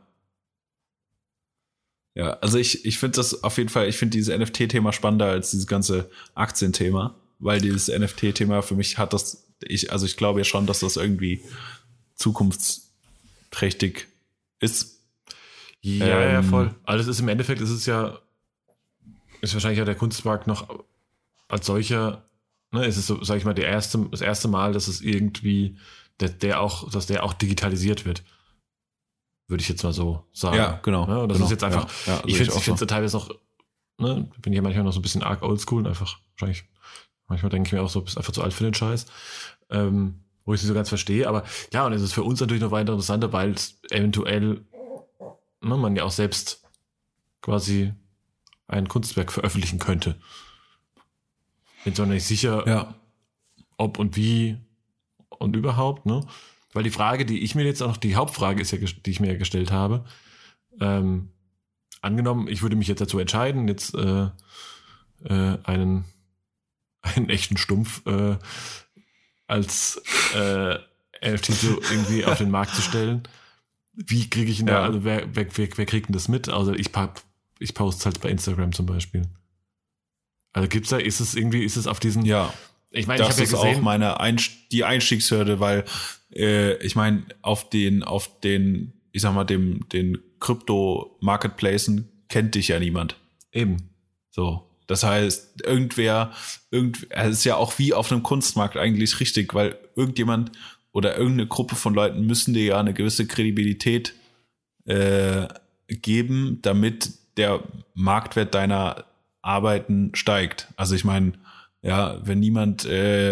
Ja, also ich finde das auf jeden Fall, ich finde dieses NFT-Thema spannender als dieses ganze Aktienthema, weil dieses NFT-Thema für mich ich glaube ja schon, dass das irgendwie zukunftsträchtig ist. Ja, voll. Also es ist im Endeffekt, ist wahrscheinlich ja der Kunstmarkt noch als solcher, ne, ist es so, sag ich mal, das erste Mal, dass es irgendwie, dass der auch digitalisiert wird. Würde ich jetzt mal so sagen. Ja, genau. Ne? Und das ist jetzt einfach, ich finde es teilweise noch, ne, bin ich manchmal noch so ein bisschen arg oldschool, einfach, wahrscheinlich, manchmal denke ich mir auch so, bist einfach zu alt für den Scheiß, wo ich es nicht so ganz verstehe, aber ja, und es ist für uns natürlich noch weiter interessanter, weil es eventuell, ne, man ja auch selbst quasi ein Kunstwerk veröffentlichen könnte. Bin zwar nicht sicher, ob und wie und überhaupt, ne? Weil die Frage, die ich mir jetzt auch noch, die Hauptfrage ist ja, die ich mir gestellt habe, angenommen, ich würde mich jetzt dazu entscheiden, jetzt einen echten Stumpf als NFT so irgendwie auf den Markt zu stellen. Wie kriege ich ihn da, also wer kriegt denn das mit? Also ich poste es halt bei Instagram zum Beispiel. Also ist es auf diesen... Ja, ich meine, das ist auch die Einstiegshürde, weil ich meine, auf den, ich sag mal, den Krypto-Marketplacen kennt dich ja niemand. Eben. So. Das heißt, es ist ja auch wie auf einem Kunstmarkt eigentlich richtig, weil irgendjemand oder irgendeine Gruppe von Leuten müssen dir ja eine gewisse Kredibilität geben, damit der Marktwert deiner Arbeiten steigt. Also ich meine, ja, wenn niemand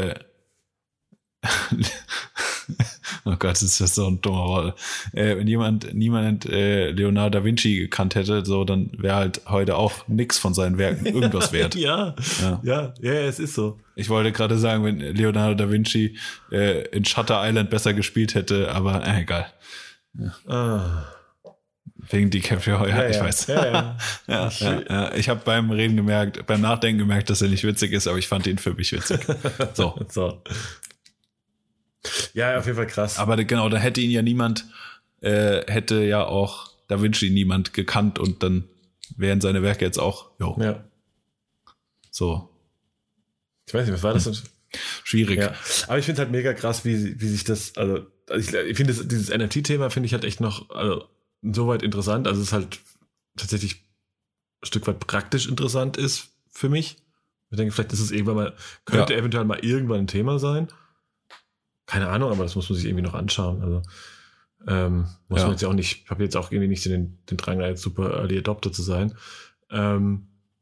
oh Gott, ist das so ein dummer Wort. Wenn niemand Leonardo da Vinci gekannt hätte, so, dann wäre halt heute auch nix von seinen Werken irgendwas wert. Ja, es ist so. Ich wollte gerade sagen, wenn Leonardo da Vinci in Shutter Island besser gespielt hätte, aber egal. Ja. Wegen DiCaprio, ich weiß. Ja. Ich habe beim Nachdenken gemerkt, dass er nicht witzig ist, aber ich fand ihn für mich witzig. So. Ja, auf jeden Fall krass. Aber genau, da hätte ihn ja hätte ja auch Da Vinci niemand gekannt und dann wären seine Werke jetzt auch, Ja. So. Ich weiß nicht, was war das denn? Schwierig. Ja. Aber ich finde halt mega krass, wie sich das, also ich finde dieses NFT-Thema finde ich halt echt noch, also insoweit interessant, also es ist halt tatsächlich ein Stück weit praktisch interessant ist für mich. Ich denke, vielleicht ist es könnte eventuell mal irgendwann ein Thema sein. Keine Ahnung, aber das muss man sich irgendwie noch anschauen. Also muss man jetzt ja auch nicht, ich habe jetzt auch irgendwie nicht den Drang, jetzt super Early Adopter zu sein. Aber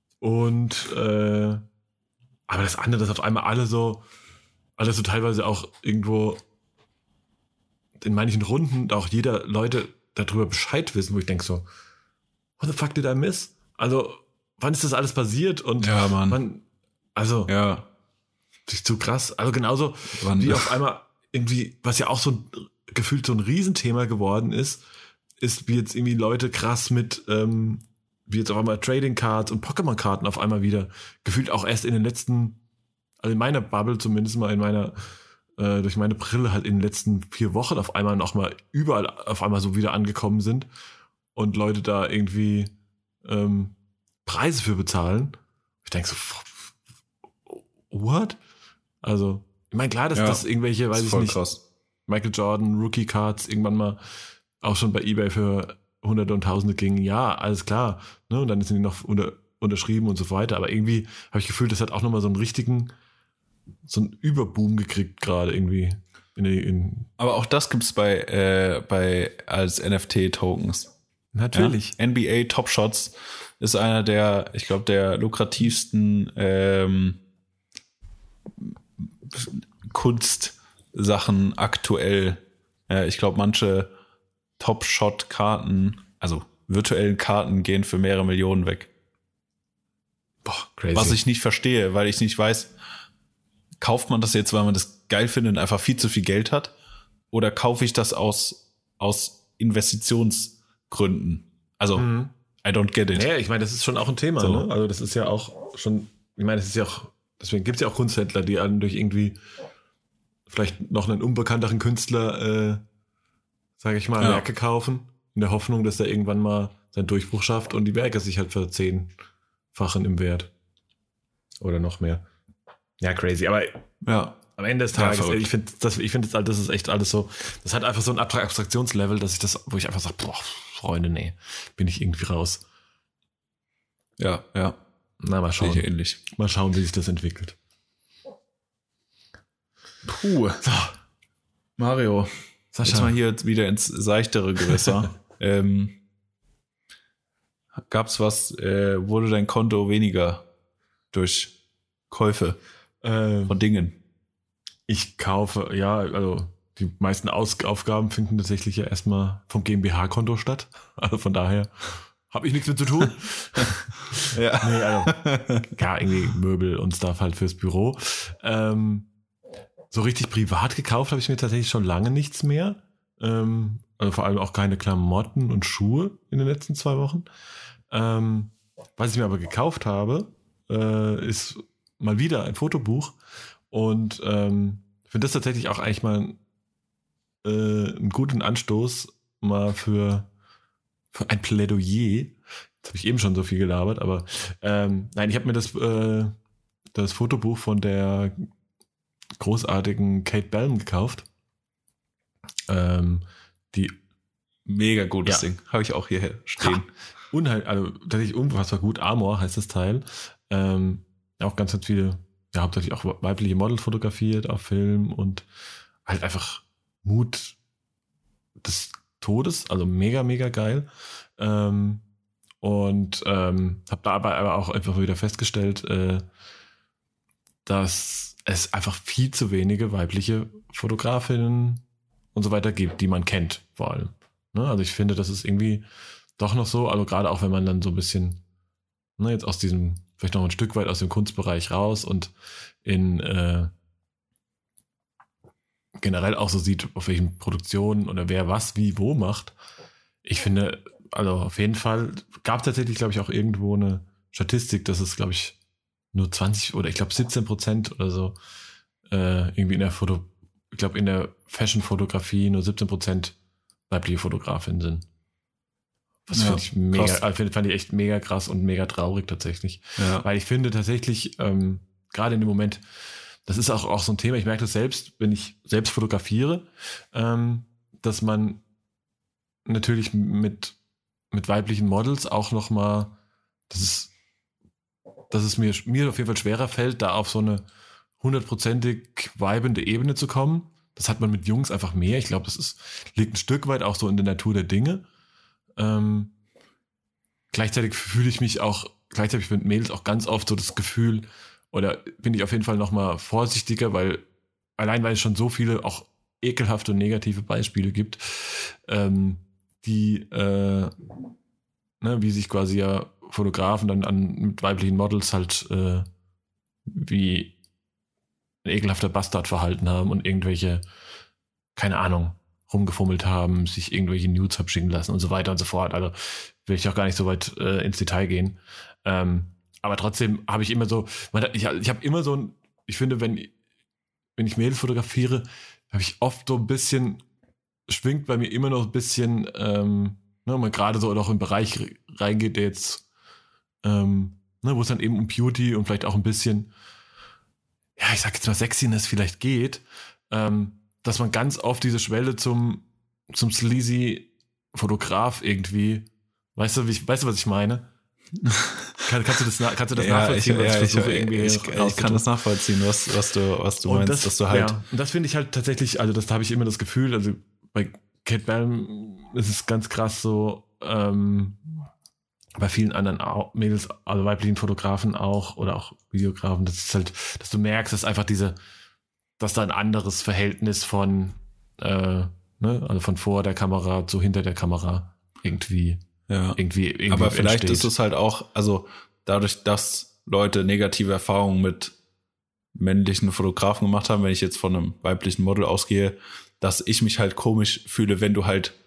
das andere, dass auf einmal alle so teilweise auch irgendwo in manchen Runden auch Leute darüber Bescheid wissen, wo ich denke so, what the fuck did I miss? Also, wann ist das alles passiert? Und Ja, Mann. wann, also, Ja. das ist zu krass. Also genauso Wann, wie auf einmal irgendwie, was ja auch so gefühlt so ein Riesenthema geworden ist wie jetzt irgendwie Leute krass mit, wie jetzt auf einmal Trading Cards und Pokémon-Karten auf einmal wieder, gefühlt auch erst in den letzten, also in meiner Bubble zumindest mal, in meiner, durch meine Brille halt in den letzten 4 Wochen auf einmal noch mal überall auf einmal so wieder angekommen sind und Leute da irgendwie Preise für bezahlen. Ich denke so, what? Also, ich meine, klar, dass das irgendwelche, weiß ich nicht, krass. Michael Jordan, Rookie-Cards irgendwann mal auch schon bei eBay für Hunderte und Tausende gingen. Ja, alles klar. Ne? Und dann sind die noch unterschrieben und so weiter. Aber irgendwie habe ich gefühlt, das hat auch nochmal so einen Überboom gekriegt gerade irgendwie. Aber auch das gibt's bei als NFT-Tokens. Natürlich. Ja? NBA Top Shots ist einer der, ich glaube, der lukrativsten Kunstsachen aktuell. Ich glaube, manche Top-Shot-Karten, also virtuellen Karten, gehen für mehrere Millionen weg. Boah, crazy. Was ich nicht verstehe, weil ich nicht weiß, kauft man das jetzt, weil man das geil findet und einfach viel zu viel Geld hat? Oder kaufe ich das aus Investitionsgründen? Also, I don't get it. Ja, ich meine, das ist schon auch ein Thema. So. Ne? Also das ist ja auch schon, ich meine, das ist ja auch, deswegen gibt es ja auch Kunsthändler, die an durch irgendwie vielleicht noch einen unbekannteren Künstler, sage ich mal, Werke kaufen, in der Hoffnung, dass er irgendwann mal seinen Durchbruch schafft und die Werke sich halt verzehnfachen im Wert. Oder noch mehr. Ja, crazy. Aber am Ende des Tages, ich finde, das ist echt alles so, das hat einfach so ein Abstraktionslevel, wo ich einfach sage, boah, Freunde, nee, bin ich irgendwie raus. Ja. Na, mal schauen. Ähnlich. Mal schauen, wie sich das entwickelt. Puh. So. Mario, Sascha. jetzt mal hier wieder ins seichtere Gewässer. Gab's was, wurde dein Konto weniger durch Käufe von Dingen? Ich kaufe, also die meisten Aufgaben finden tatsächlich ja erstmal vom GmbH-Konto statt. Also von daher habe ich nichts mit zu tun. Ja. Nee, also, irgendwie Möbel und Stuff halt fürs Büro. So richtig privat gekauft habe ich mir tatsächlich schon lange nichts mehr. Also vor allem auch keine Klamotten und Schuhe in den letzten 2 Wochen. Was ich mir aber gekauft habe, ist mal wieder ein Fotobuch. Und finde das tatsächlich auch eigentlich mal einen guten Anstoß mal für ein Plädoyer. Jetzt habe ich eben schon so viel gelabert, aber nein, ich habe mir das Fotobuch von der großartigen Kate Bellman gekauft. Die mega gutes Ding. Habe ich auch hier stehen. Also tatsächlich unfassbar gut. Amor heißt das Teil. Auch ganz viele, hauptsächlich auch weibliche Models fotografiert auf Film und halt einfach Mut des Todes, also mega, mega geil. Und habe dabei aber auch einfach wieder festgestellt, dass es einfach viel zu wenige weibliche Fotografinnen und so weiter gibt, die man kennt, vor allem. Ne? Also ich finde, das ist irgendwie doch noch so, also gerade auch wenn man dann so ein bisschen jetzt aus diesem, vielleicht noch ein Stück weit aus dem Kunstbereich raus und in generell auch so sieht, auf welchen Produktionen oder wer was wie wo macht. Ich finde, also auf jeden Fall gab es tatsächlich, glaube ich, auch irgendwo eine Statistik, dass es, glaube ich, nur 20 oder ich glaube 17% oder so irgendwie in der Fashion-Fotografie nur 17% weibliche Fotografinnen sind. Was fand ich echt mega krass und mega traurig tatsächlich. Ja. Weil ich finde tatsächlich, gerade in dem Moment, das ist auch so ein Thema, ich merke das selbst, wenn ich selbst fotografiere, dass man natürlich mit weiblichen Models auch nochmal, dass es mir auf jeden Fall schwerer fällt, da auf so eine 100%ig vibende Ebene zu kommen. Das hat man mit Jungs einfach mehr. Ich glaube, liegt ein Stück weit auch so in der Natur der Dinge. Gleichzeitig fühle ich mich auch, mit Mädels auch ganz oft so das Gefühl, oder bin ich auf jeden Fall nochmal vorsichtiger, weil es schon so viele auch ekelhafte und negative Beispiele gibt, die, wie sich quasi ja Fotografen dann mit weiblichen Models halt wie ein ekelhafter Bastard verhalten haben und irgendwelche, keine Ahnung, rumgefummelt haben, sich irgendwelche Nudes abschicken lassen und so weiter und so fort. Also will ich auch gar nicht so weit ins Detail gehen. Aber trotzdem habe ich immer so, ich habe immer so ein, ich finde, wenn ich Mädels fotografiere, habe ich oft so ein bisschen, schwingt bei mir immer noch ein bisschen, man gerade so auch im Bereich reingeht, der jetzt, wo es dann eben um Beauty und vielleicht auch ein bisschen, ja, ich sag jetzt mal Sexiness vielleicht geht, dass man ganz oft diese Schwelle zum sleazy Fotograf irgendwie, weißt du, was ich meine? Kannst du das nachvollziehen? Ich kann das nachvollziehen, was du meinst, das, dass du halt. Ja, und das finde ich halt tatsächlich, also das habe ich immer das Gefühl, also bei Kate Ballum ist es ganz krass so, bei vielen anderen Mädels, also weiblichen Fotografen auch oder auch Videografen, das ist halt, dass du merkst, dass einfach dass da ein anderes Verhältnis von, also von vor der Kamera zu hinter der Kamera irgendwie aber vielleicht entsteht. Ist es halt auch, also dadurch, dass Leute negative Erfahrungen mit männlichen Fotografen gemacht haben, wenn ich jetzt von einem weiblichen Model ausgehe, dass ich mich halt komisch fühle, wenn du halt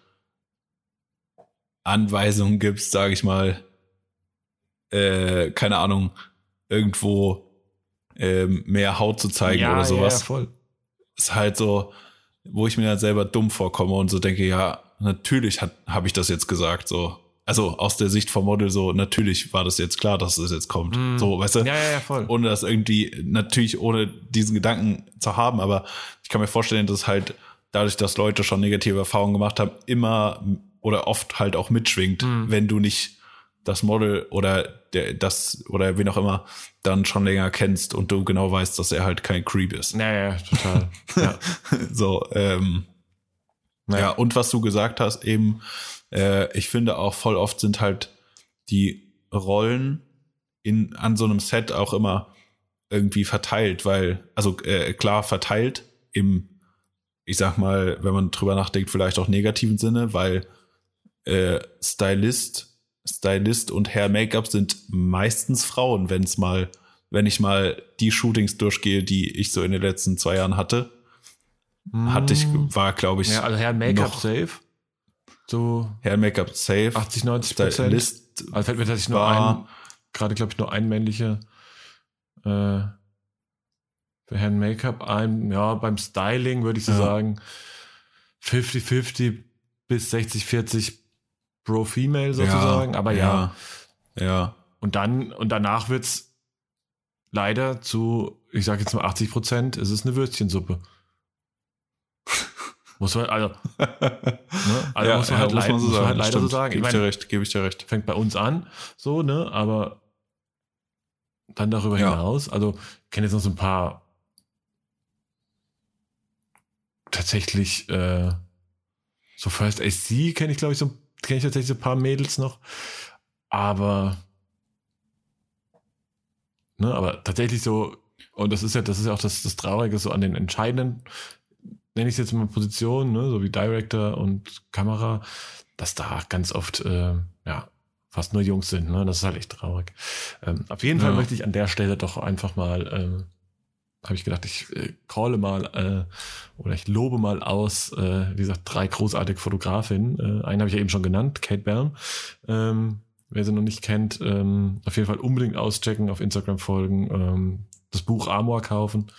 Anweisungen gibst, sage ich mal, keine Ahnung, irgendwo mehr Haut zu zeigen oder sowas. Ja, voll. Ist halt so, wo ich mir dann selber dumm vorkomme und so denke, ja, natürlich habe ich das jetzt gesagt, so. Also aus der Sicht vom Model so, natürlich war das jetzt klar, dass es jetzt kommt. So, weißt du? Ja, voll. Ohne das irgendwie, natürlich ohne diesen Gedanken zu haben, aber ich kann mir vorstellen, dass halt dadurch, dass Leute schon negative Erfahrungen gemacht haben, immer oder oft halt auch mitschwingt, wenn du nicht das Model oder oder wen auch immer dann schon länger kennst und du genau weißt, dass er halt kein Creep ist. Ja, total. Ja. So, ja, und was du gesagt hast, eben, ich finde auch voll oft sind halt die Rollen an so einem Set auch immer irgendwie verteilt, weil, also klar verteilt im, ich sag mal, wenn man drüber nachdenkt, vielleicht auch negativen Sinne, weil Stylist und Hair Make-up sind meistens Frauen, wenn ich mal die Shootings durchgehe, die ich so in den letzten 2 Jahren hatte. War, glaube ich. Ja, also Hair Make-up safe. So. Hair Make-up safe. 80-90%. Stylist. Also fällt mir tatsächlich nur ein männlicher für Hair Make-up ein. Ja, beim Styling würde ich so sagen 50-50 bis 60-40 pro Female sozusagen. Aber ja. Und danach wird's leider zu, ich sage jetzt mal 80%, ist es eine Würstchensuppe. Muss man, also muss man halt leider so sagen. Gebe ich dir recht. Fängt bei uns an, so, ne, aber dann darüber hinaus, also ich kenne jetzt noch so ein paar tatsächlich, so First AC kenne ich tatsächlich so ein paar Mädels noch, aber tatsächlich so, und das ist ja auch das Traurige so an den entscheidenden, nenne ich es jetzt mal Positionen, ne, so wie Director und Kamera, dass da ganz oft fast nur Jungs sind, ne? Das ist halt echt traurig. Auf jeden Fall möchte ich an der Stelle doch einfach mal, habe ich gedacht, ich calle mal oder ich lobe mal aus, wie gesagt, 3 großartige Fotografinnen. Einen habe ich ja eben schon genannt, Kate Ballum. Wer sie noch nicht kennt, auf jeden Fall unbedingt auschecken, auf Instagram folgen, das Buch Amor kaufen.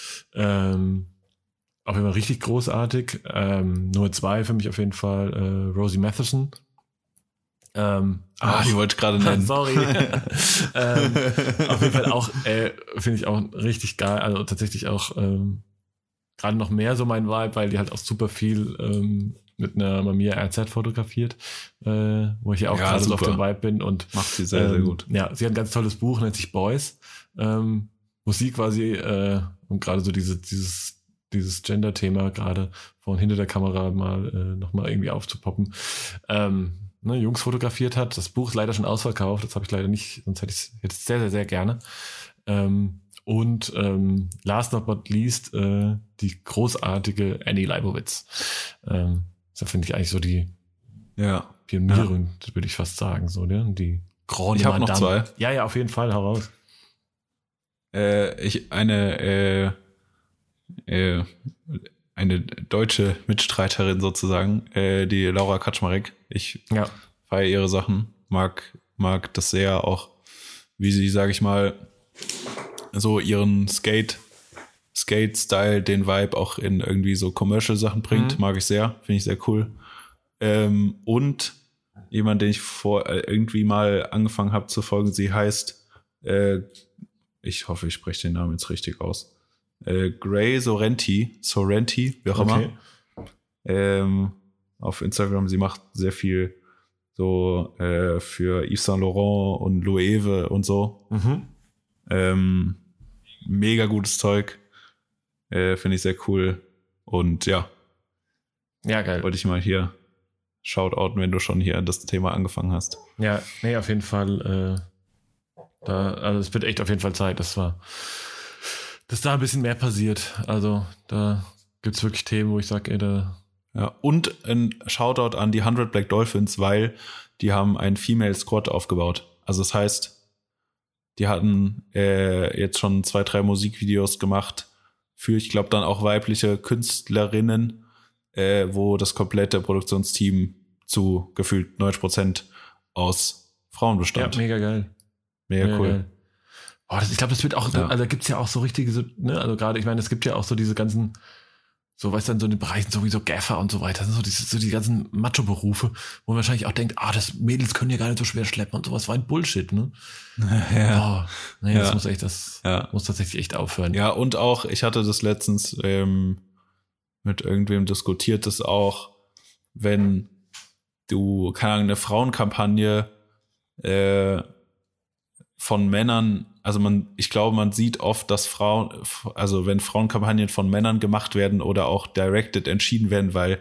Auf jeden Fall richtig großartig. Nummer 2 für mich auf jeden Fall Rosie Matheson. Die wollte ich gerade nennen. Sorry. Auf jeden Fall auch, finde ich auch richtig geil. Also tatsächlich auch gerade noch mehr so mein Vibe, weil die halt auch super viel mit einer Mamiya RZ fotografiert, wo ich ja auch gerade so auf dem Vibe bin. Und macht sie sehr, sehr gut. Ja, sie hat ein ganz tolles Buch, nennt sich Boys, wo sie quasi und gerade so dieses Gender-Thema gerade von hinter der Kamera mal nochmal irgendwie aufzupoppen, Jungs fotografiert hat. Das Buch ist leider schon ausverkauft, das habe ich leider nicht, sonst hätte ich es sehr, sehr, sehr gerne. Und last but not least die großartige Annie Leibovitz. Das finde ich eigentlich so die Ja. Pionierin, würde ich fast sagen, so, ne? Die Grande Ich habe noch Madame. 2. Ja, auf jeden Fall, hau raus. Eine deutsche Mitstreiterin sozusagen, die Laura Kaczmarek. Ich feiere ihre Sachen, mag das sehr, auch wie sie, sage ich mal, so ihren Skate-Style, den Vibe auch in irgendwie so Commercial-Sachen bringt, mag ich sehr, finde ich sehr cool. Und jemand, den ich irgendwie mal angefangen habe zu folgen, sie heißt, ich hoffe, ich spreche den Namen jetzt richtig aus, Gray Sorrenti, wie auch immer. Auf Instagram, sie macht sehr viel so für Yves Saint Laurent und Loewe und so. Mega gutes Zeug. Finde ich sehr cool. Und ja, geil. Wollte ich mal hier shoutouten, wenn du schon hier das Thema angefangen hast. Ja, nee, auf jeden Fall. Also es wird echt auf jeden Fall Zeit, dass da ein bisschen mehr passiert. Also da gibt es wirklich Themen, wo ich sage, Ja, und ein Shoutout an die 100 Black Dolphins, weil die haben einen Female Squad aufgebaut. Also das heißt, die hatten jetzt schon 2, 3 Musikvideos gemacht für, ich glaube, dann auch weibliche Künstlerinnen, wo das komplette Produktionsteam zu gefühlt 90% aus Frauen bestand. Ja, mega geil. Mega cool. Geil. Ich glaube, das wird auch, also da gibt es ja auch so richtige, so, ne, also gerade, ich meine, es gibt ja auch so diese ganzen, so, weißt du, in so den Bereichen sowieso Gaffer und so weiter, so die ganzen Macho-Berufe, wo man wahrscheinlich auch denkt, das Mädels können ja gar nicht so schwer schleppen und sowas, war ein Bullshit, ne? Ja. Das muss tatsächlich echt aufhören. Ja, und auch, ich hatte das letztens mit irgendwem diskutiert, dass auch, wenn du, keine Ahnung, eine Frauenkampagne von Männern, also ich glaube, man sieht oft, dass wenn Frauenkampagnen von Männern gemacht werden oder auch directed entschieden werden, weil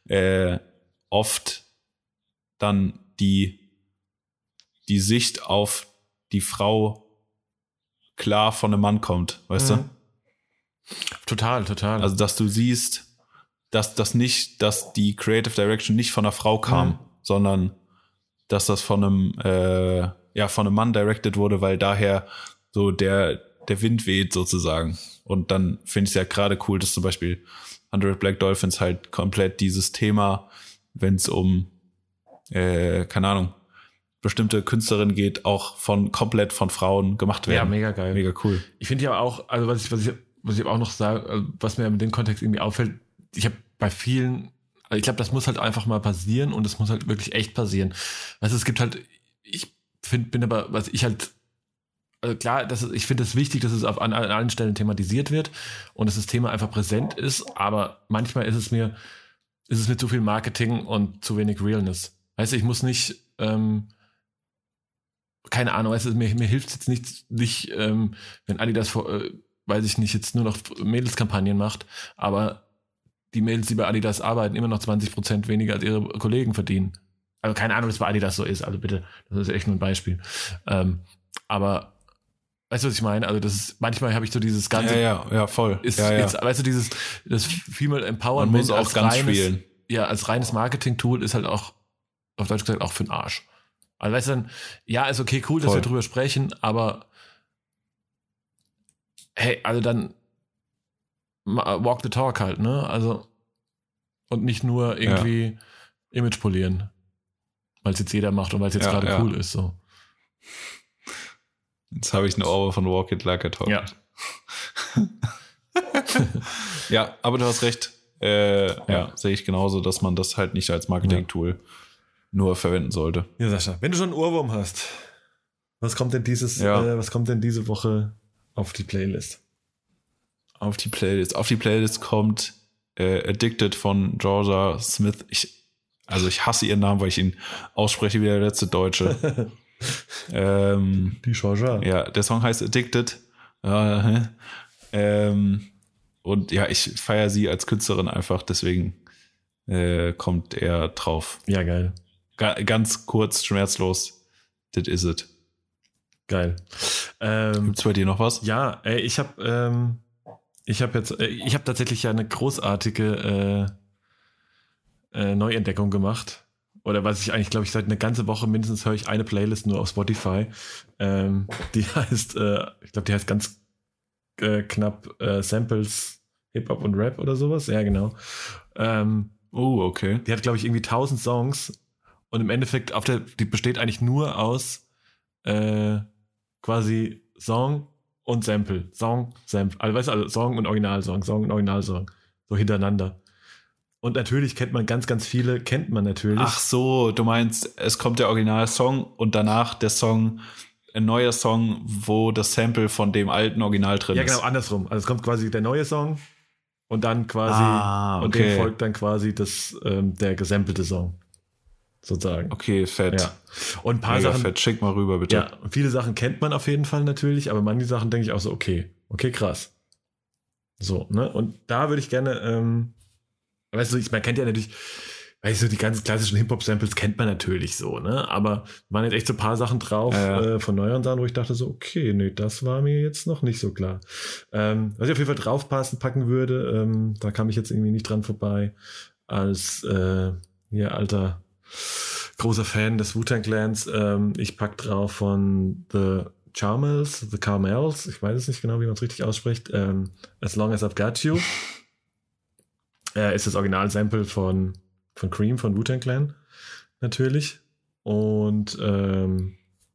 oft dann die Sicht auf die Frau klar von einem Mann kommt, weißt du? Total. Also, dass du siehst, dass die Creative Direction nicht von einer Frau kam, sondern dass das von einem Mann directed wurde, weil daher so der Wind weht sozusagen. Und dann finde ich es ja gerade cool, dass zum Beispiel 100 Black Dolphins halt komplett dieses Thema, wenn es um, keine Ahnung, bestimmte Künstlerinnen geht, auch komplett von Frauen gemacht werden. Ja, mega geil. Mega cool. Ich finde ja auch, also was ich auch noch sage, was mir in dem Kontext irgendwie auffällt, ich habe bei vielen, also ich glaube, das muss halt einfach mal passieren und es muss halt wirklich echt passieren. Weißt du, es gibt halt, ich finde es wichtig, dass es an allen Stellen thematisiert wird und dass das Thema einfach präsent ist, aber manchmal ist es mir zu viel Marketing und zu wenig Realness. Weißt du, ich muss nicht, keine Ahnung, weißt du, mir hilft es jetzt nicht, wenn Adidas, weiß ich nicht, jetzt nur noch Mädelskampagnen macht, aber die Mädels, die bei Adidas arbeiten, immer noch 20% weniger als ihre Kollegen verdienen. Also keine Ahnung, dass bei Adidas so ist, also bitte, das ist echt nur ein Beispiel. Aber weißt du, was ich meine? Also manchmal habe ich so dieses ganze... Ja, voll. Jetzt, weißt du, das Female Empowerment Man muss auch ganz spielen. Ja, als reines Marketing-Tool ist halt auch, auf Deutsch gesagt, auch für den Arsch. Also weißt du dann, ja, ist okay, cool, dass wir drüber sprechen, aber hey, also dann walk the talk halt, ne? Also und nicht nur irgendwie Image polieren, weil es jetzt jeder macht und weil es jetzt gerade cool ist, so. Jetzt habe ich eine Ohr von Walk It Like a Talk. Ja. Ja, aber du hast recht. Sehe ich genauso, dass man das halt nicht als Marketing-Tool nur verwenden sollte. Ja, Sascha, wenn du schon einen Ohrwurm hast, was kommt denn diese Woche auf die Playlist? Auf die Playlist kommt Addicted von Georgia Smith. Ich hasse ihren Namen, weil ich ihn ausspreche wie der letzte Deutsche. Die Georgia. Ja, der Song heißt Addicted. Und ja, ich feiere sie als Künstlerin einfach, deswegen kommt er drauf. Ja, geil. Ganz kurz, schmerzlos. That is it. Geil. Gibt's bei dir noch was? Ja, ich habe tatsächlich ja eine großartige Neuentdeckung gemacht. oder was ich eigentlich, glaube ich, seit einer ganzen Woche mindestens höre ich eine Playlist nur auf Spotify. Die heißt, ich glaube, die heißt ganz knapp Samples, Hip-Hop und Rap oder sowas. Ja, genau. Okay. Die hat, glaube ich, irgendwie 1000 Songs und im Endeffekt die besteht eigentlich nur aus quasi Song und Sample. Song, Sample. Also, weißt du, also Song und Originalsong, Song und Originalsong. So hintereinander. Und natürlich kennt man ganz, ganz viele, natürlich. Ach so, du meinst, es kommt der Originalsong und danach der Song, ein neuer Song, wo das Sample von dem alten Original drin ist. Ja, genau, andersrum. Also es kommt quasi der neue Song und dann quasi, und dem folgt dann quasi der gesampelte Song. Sozusagen. Okay, fett. Ja. Und ein paar Mega Sachen. Fett, schick mal rüber, bitte. Ja, viele Sachen kennt man auf jeden Fall natürlich, aber manche Sachen denke ich auch so, okay, krass. So, ne? Und da würde ich gerne, weißt du, man kennt ja natürlich, weißt du, die ganzen klassischen Hip-Hop-Samples kennt man natürlich so, ne? Aber waren jetzt echt so ein paar Sachen drauf von neueren Sachen, wo ich dachte so, okay, nee, das war mir jetzt noch nicht so klar. Was ich auf jeden Fall packen würde, da kam ich jetzt irgendwie nicht dran vorbei, als alter großer Fan des Wu-Tang Clans. Ich pack drauf von The Carmels, ich weiß es nicht genau, wie man es richtig ausspricht, As Long As I've Got You. Ist das Original-Sample von Cream, von Wu-Tang Clan, natürlich. Und den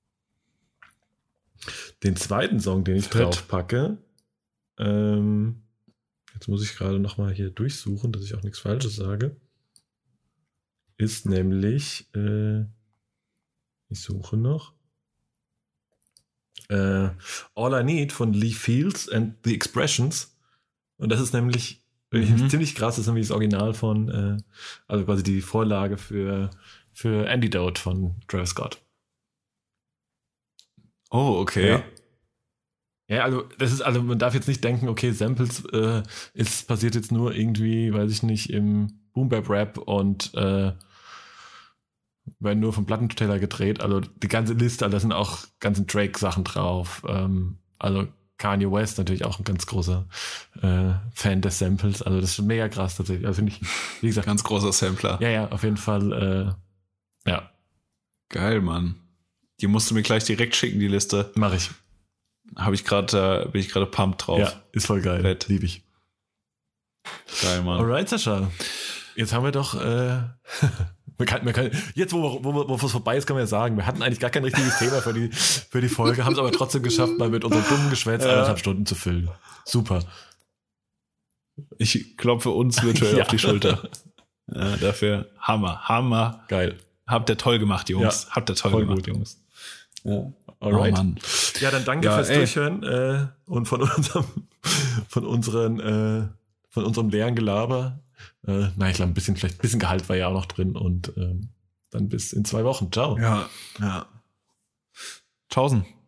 zweiten Song, den ich drauf packe, jetzt muss ich gerade nochmal hier durchsuchen, dass ich auch nichts Falsches sage, ist nämlich, ich suche noch, All I Need von Lee Fields and the Expressions. Und das ist nämlich ziemlich krass, das ist nämlich das Original von, also quasi die Vorlage für Antidote von Travis Scott. Oh, okay. Ja, also man darf jetzt nicht denken, okay, Samples passiert jetzt nur irgendwie, weiß ich nicht, im Boom-Bap-Rap und werden nur vom Plattenteller gedreht. Also die ganze Liste, da sind auch ganzen Drake-Sachen drauf. Also Kanye West natürlich auch ein ganz großer Fan des Samples. Also das ist schon mega krass tatsächlich. Also finde ich, wie gesagt, ganz großer Sampler. Ja, auf jeden Fall. Ja. Geil, Mann. Die musst du mir gleich direkt schicken, die Liste. Mach ich. Bin ich gerade pumped drauf. Ja, ist voll geil. Lieb ich. Geil, Mann. Alright, Sascha. Jetzt haben wir doch jetzt, wo es vorbei ist, kann man ja sagen, wir hatten eigentlich gar kein richtiges Thema für die Folge, haben es aber trotzdem geschafft, mal mit unserem dummen Geschwätz 1,5 Stunden zu füllen. Super. Ich klopfe uns virtuell auf die Schulter. Ja, dafür Hammer. Geil. Habt ihr toll gemacht, Jungs. Ja, habt ihr toll gemacht, Jungs. Ja. Alright. Oh, Mann. Ja, dann danke fürs Durchhören und von unserem leeren Gelaber. Ich glaube, ein bisschen Gehalt war ja auch noch drin und dann bis in 2 Wochen. Ciao. Ja. Tschaußen.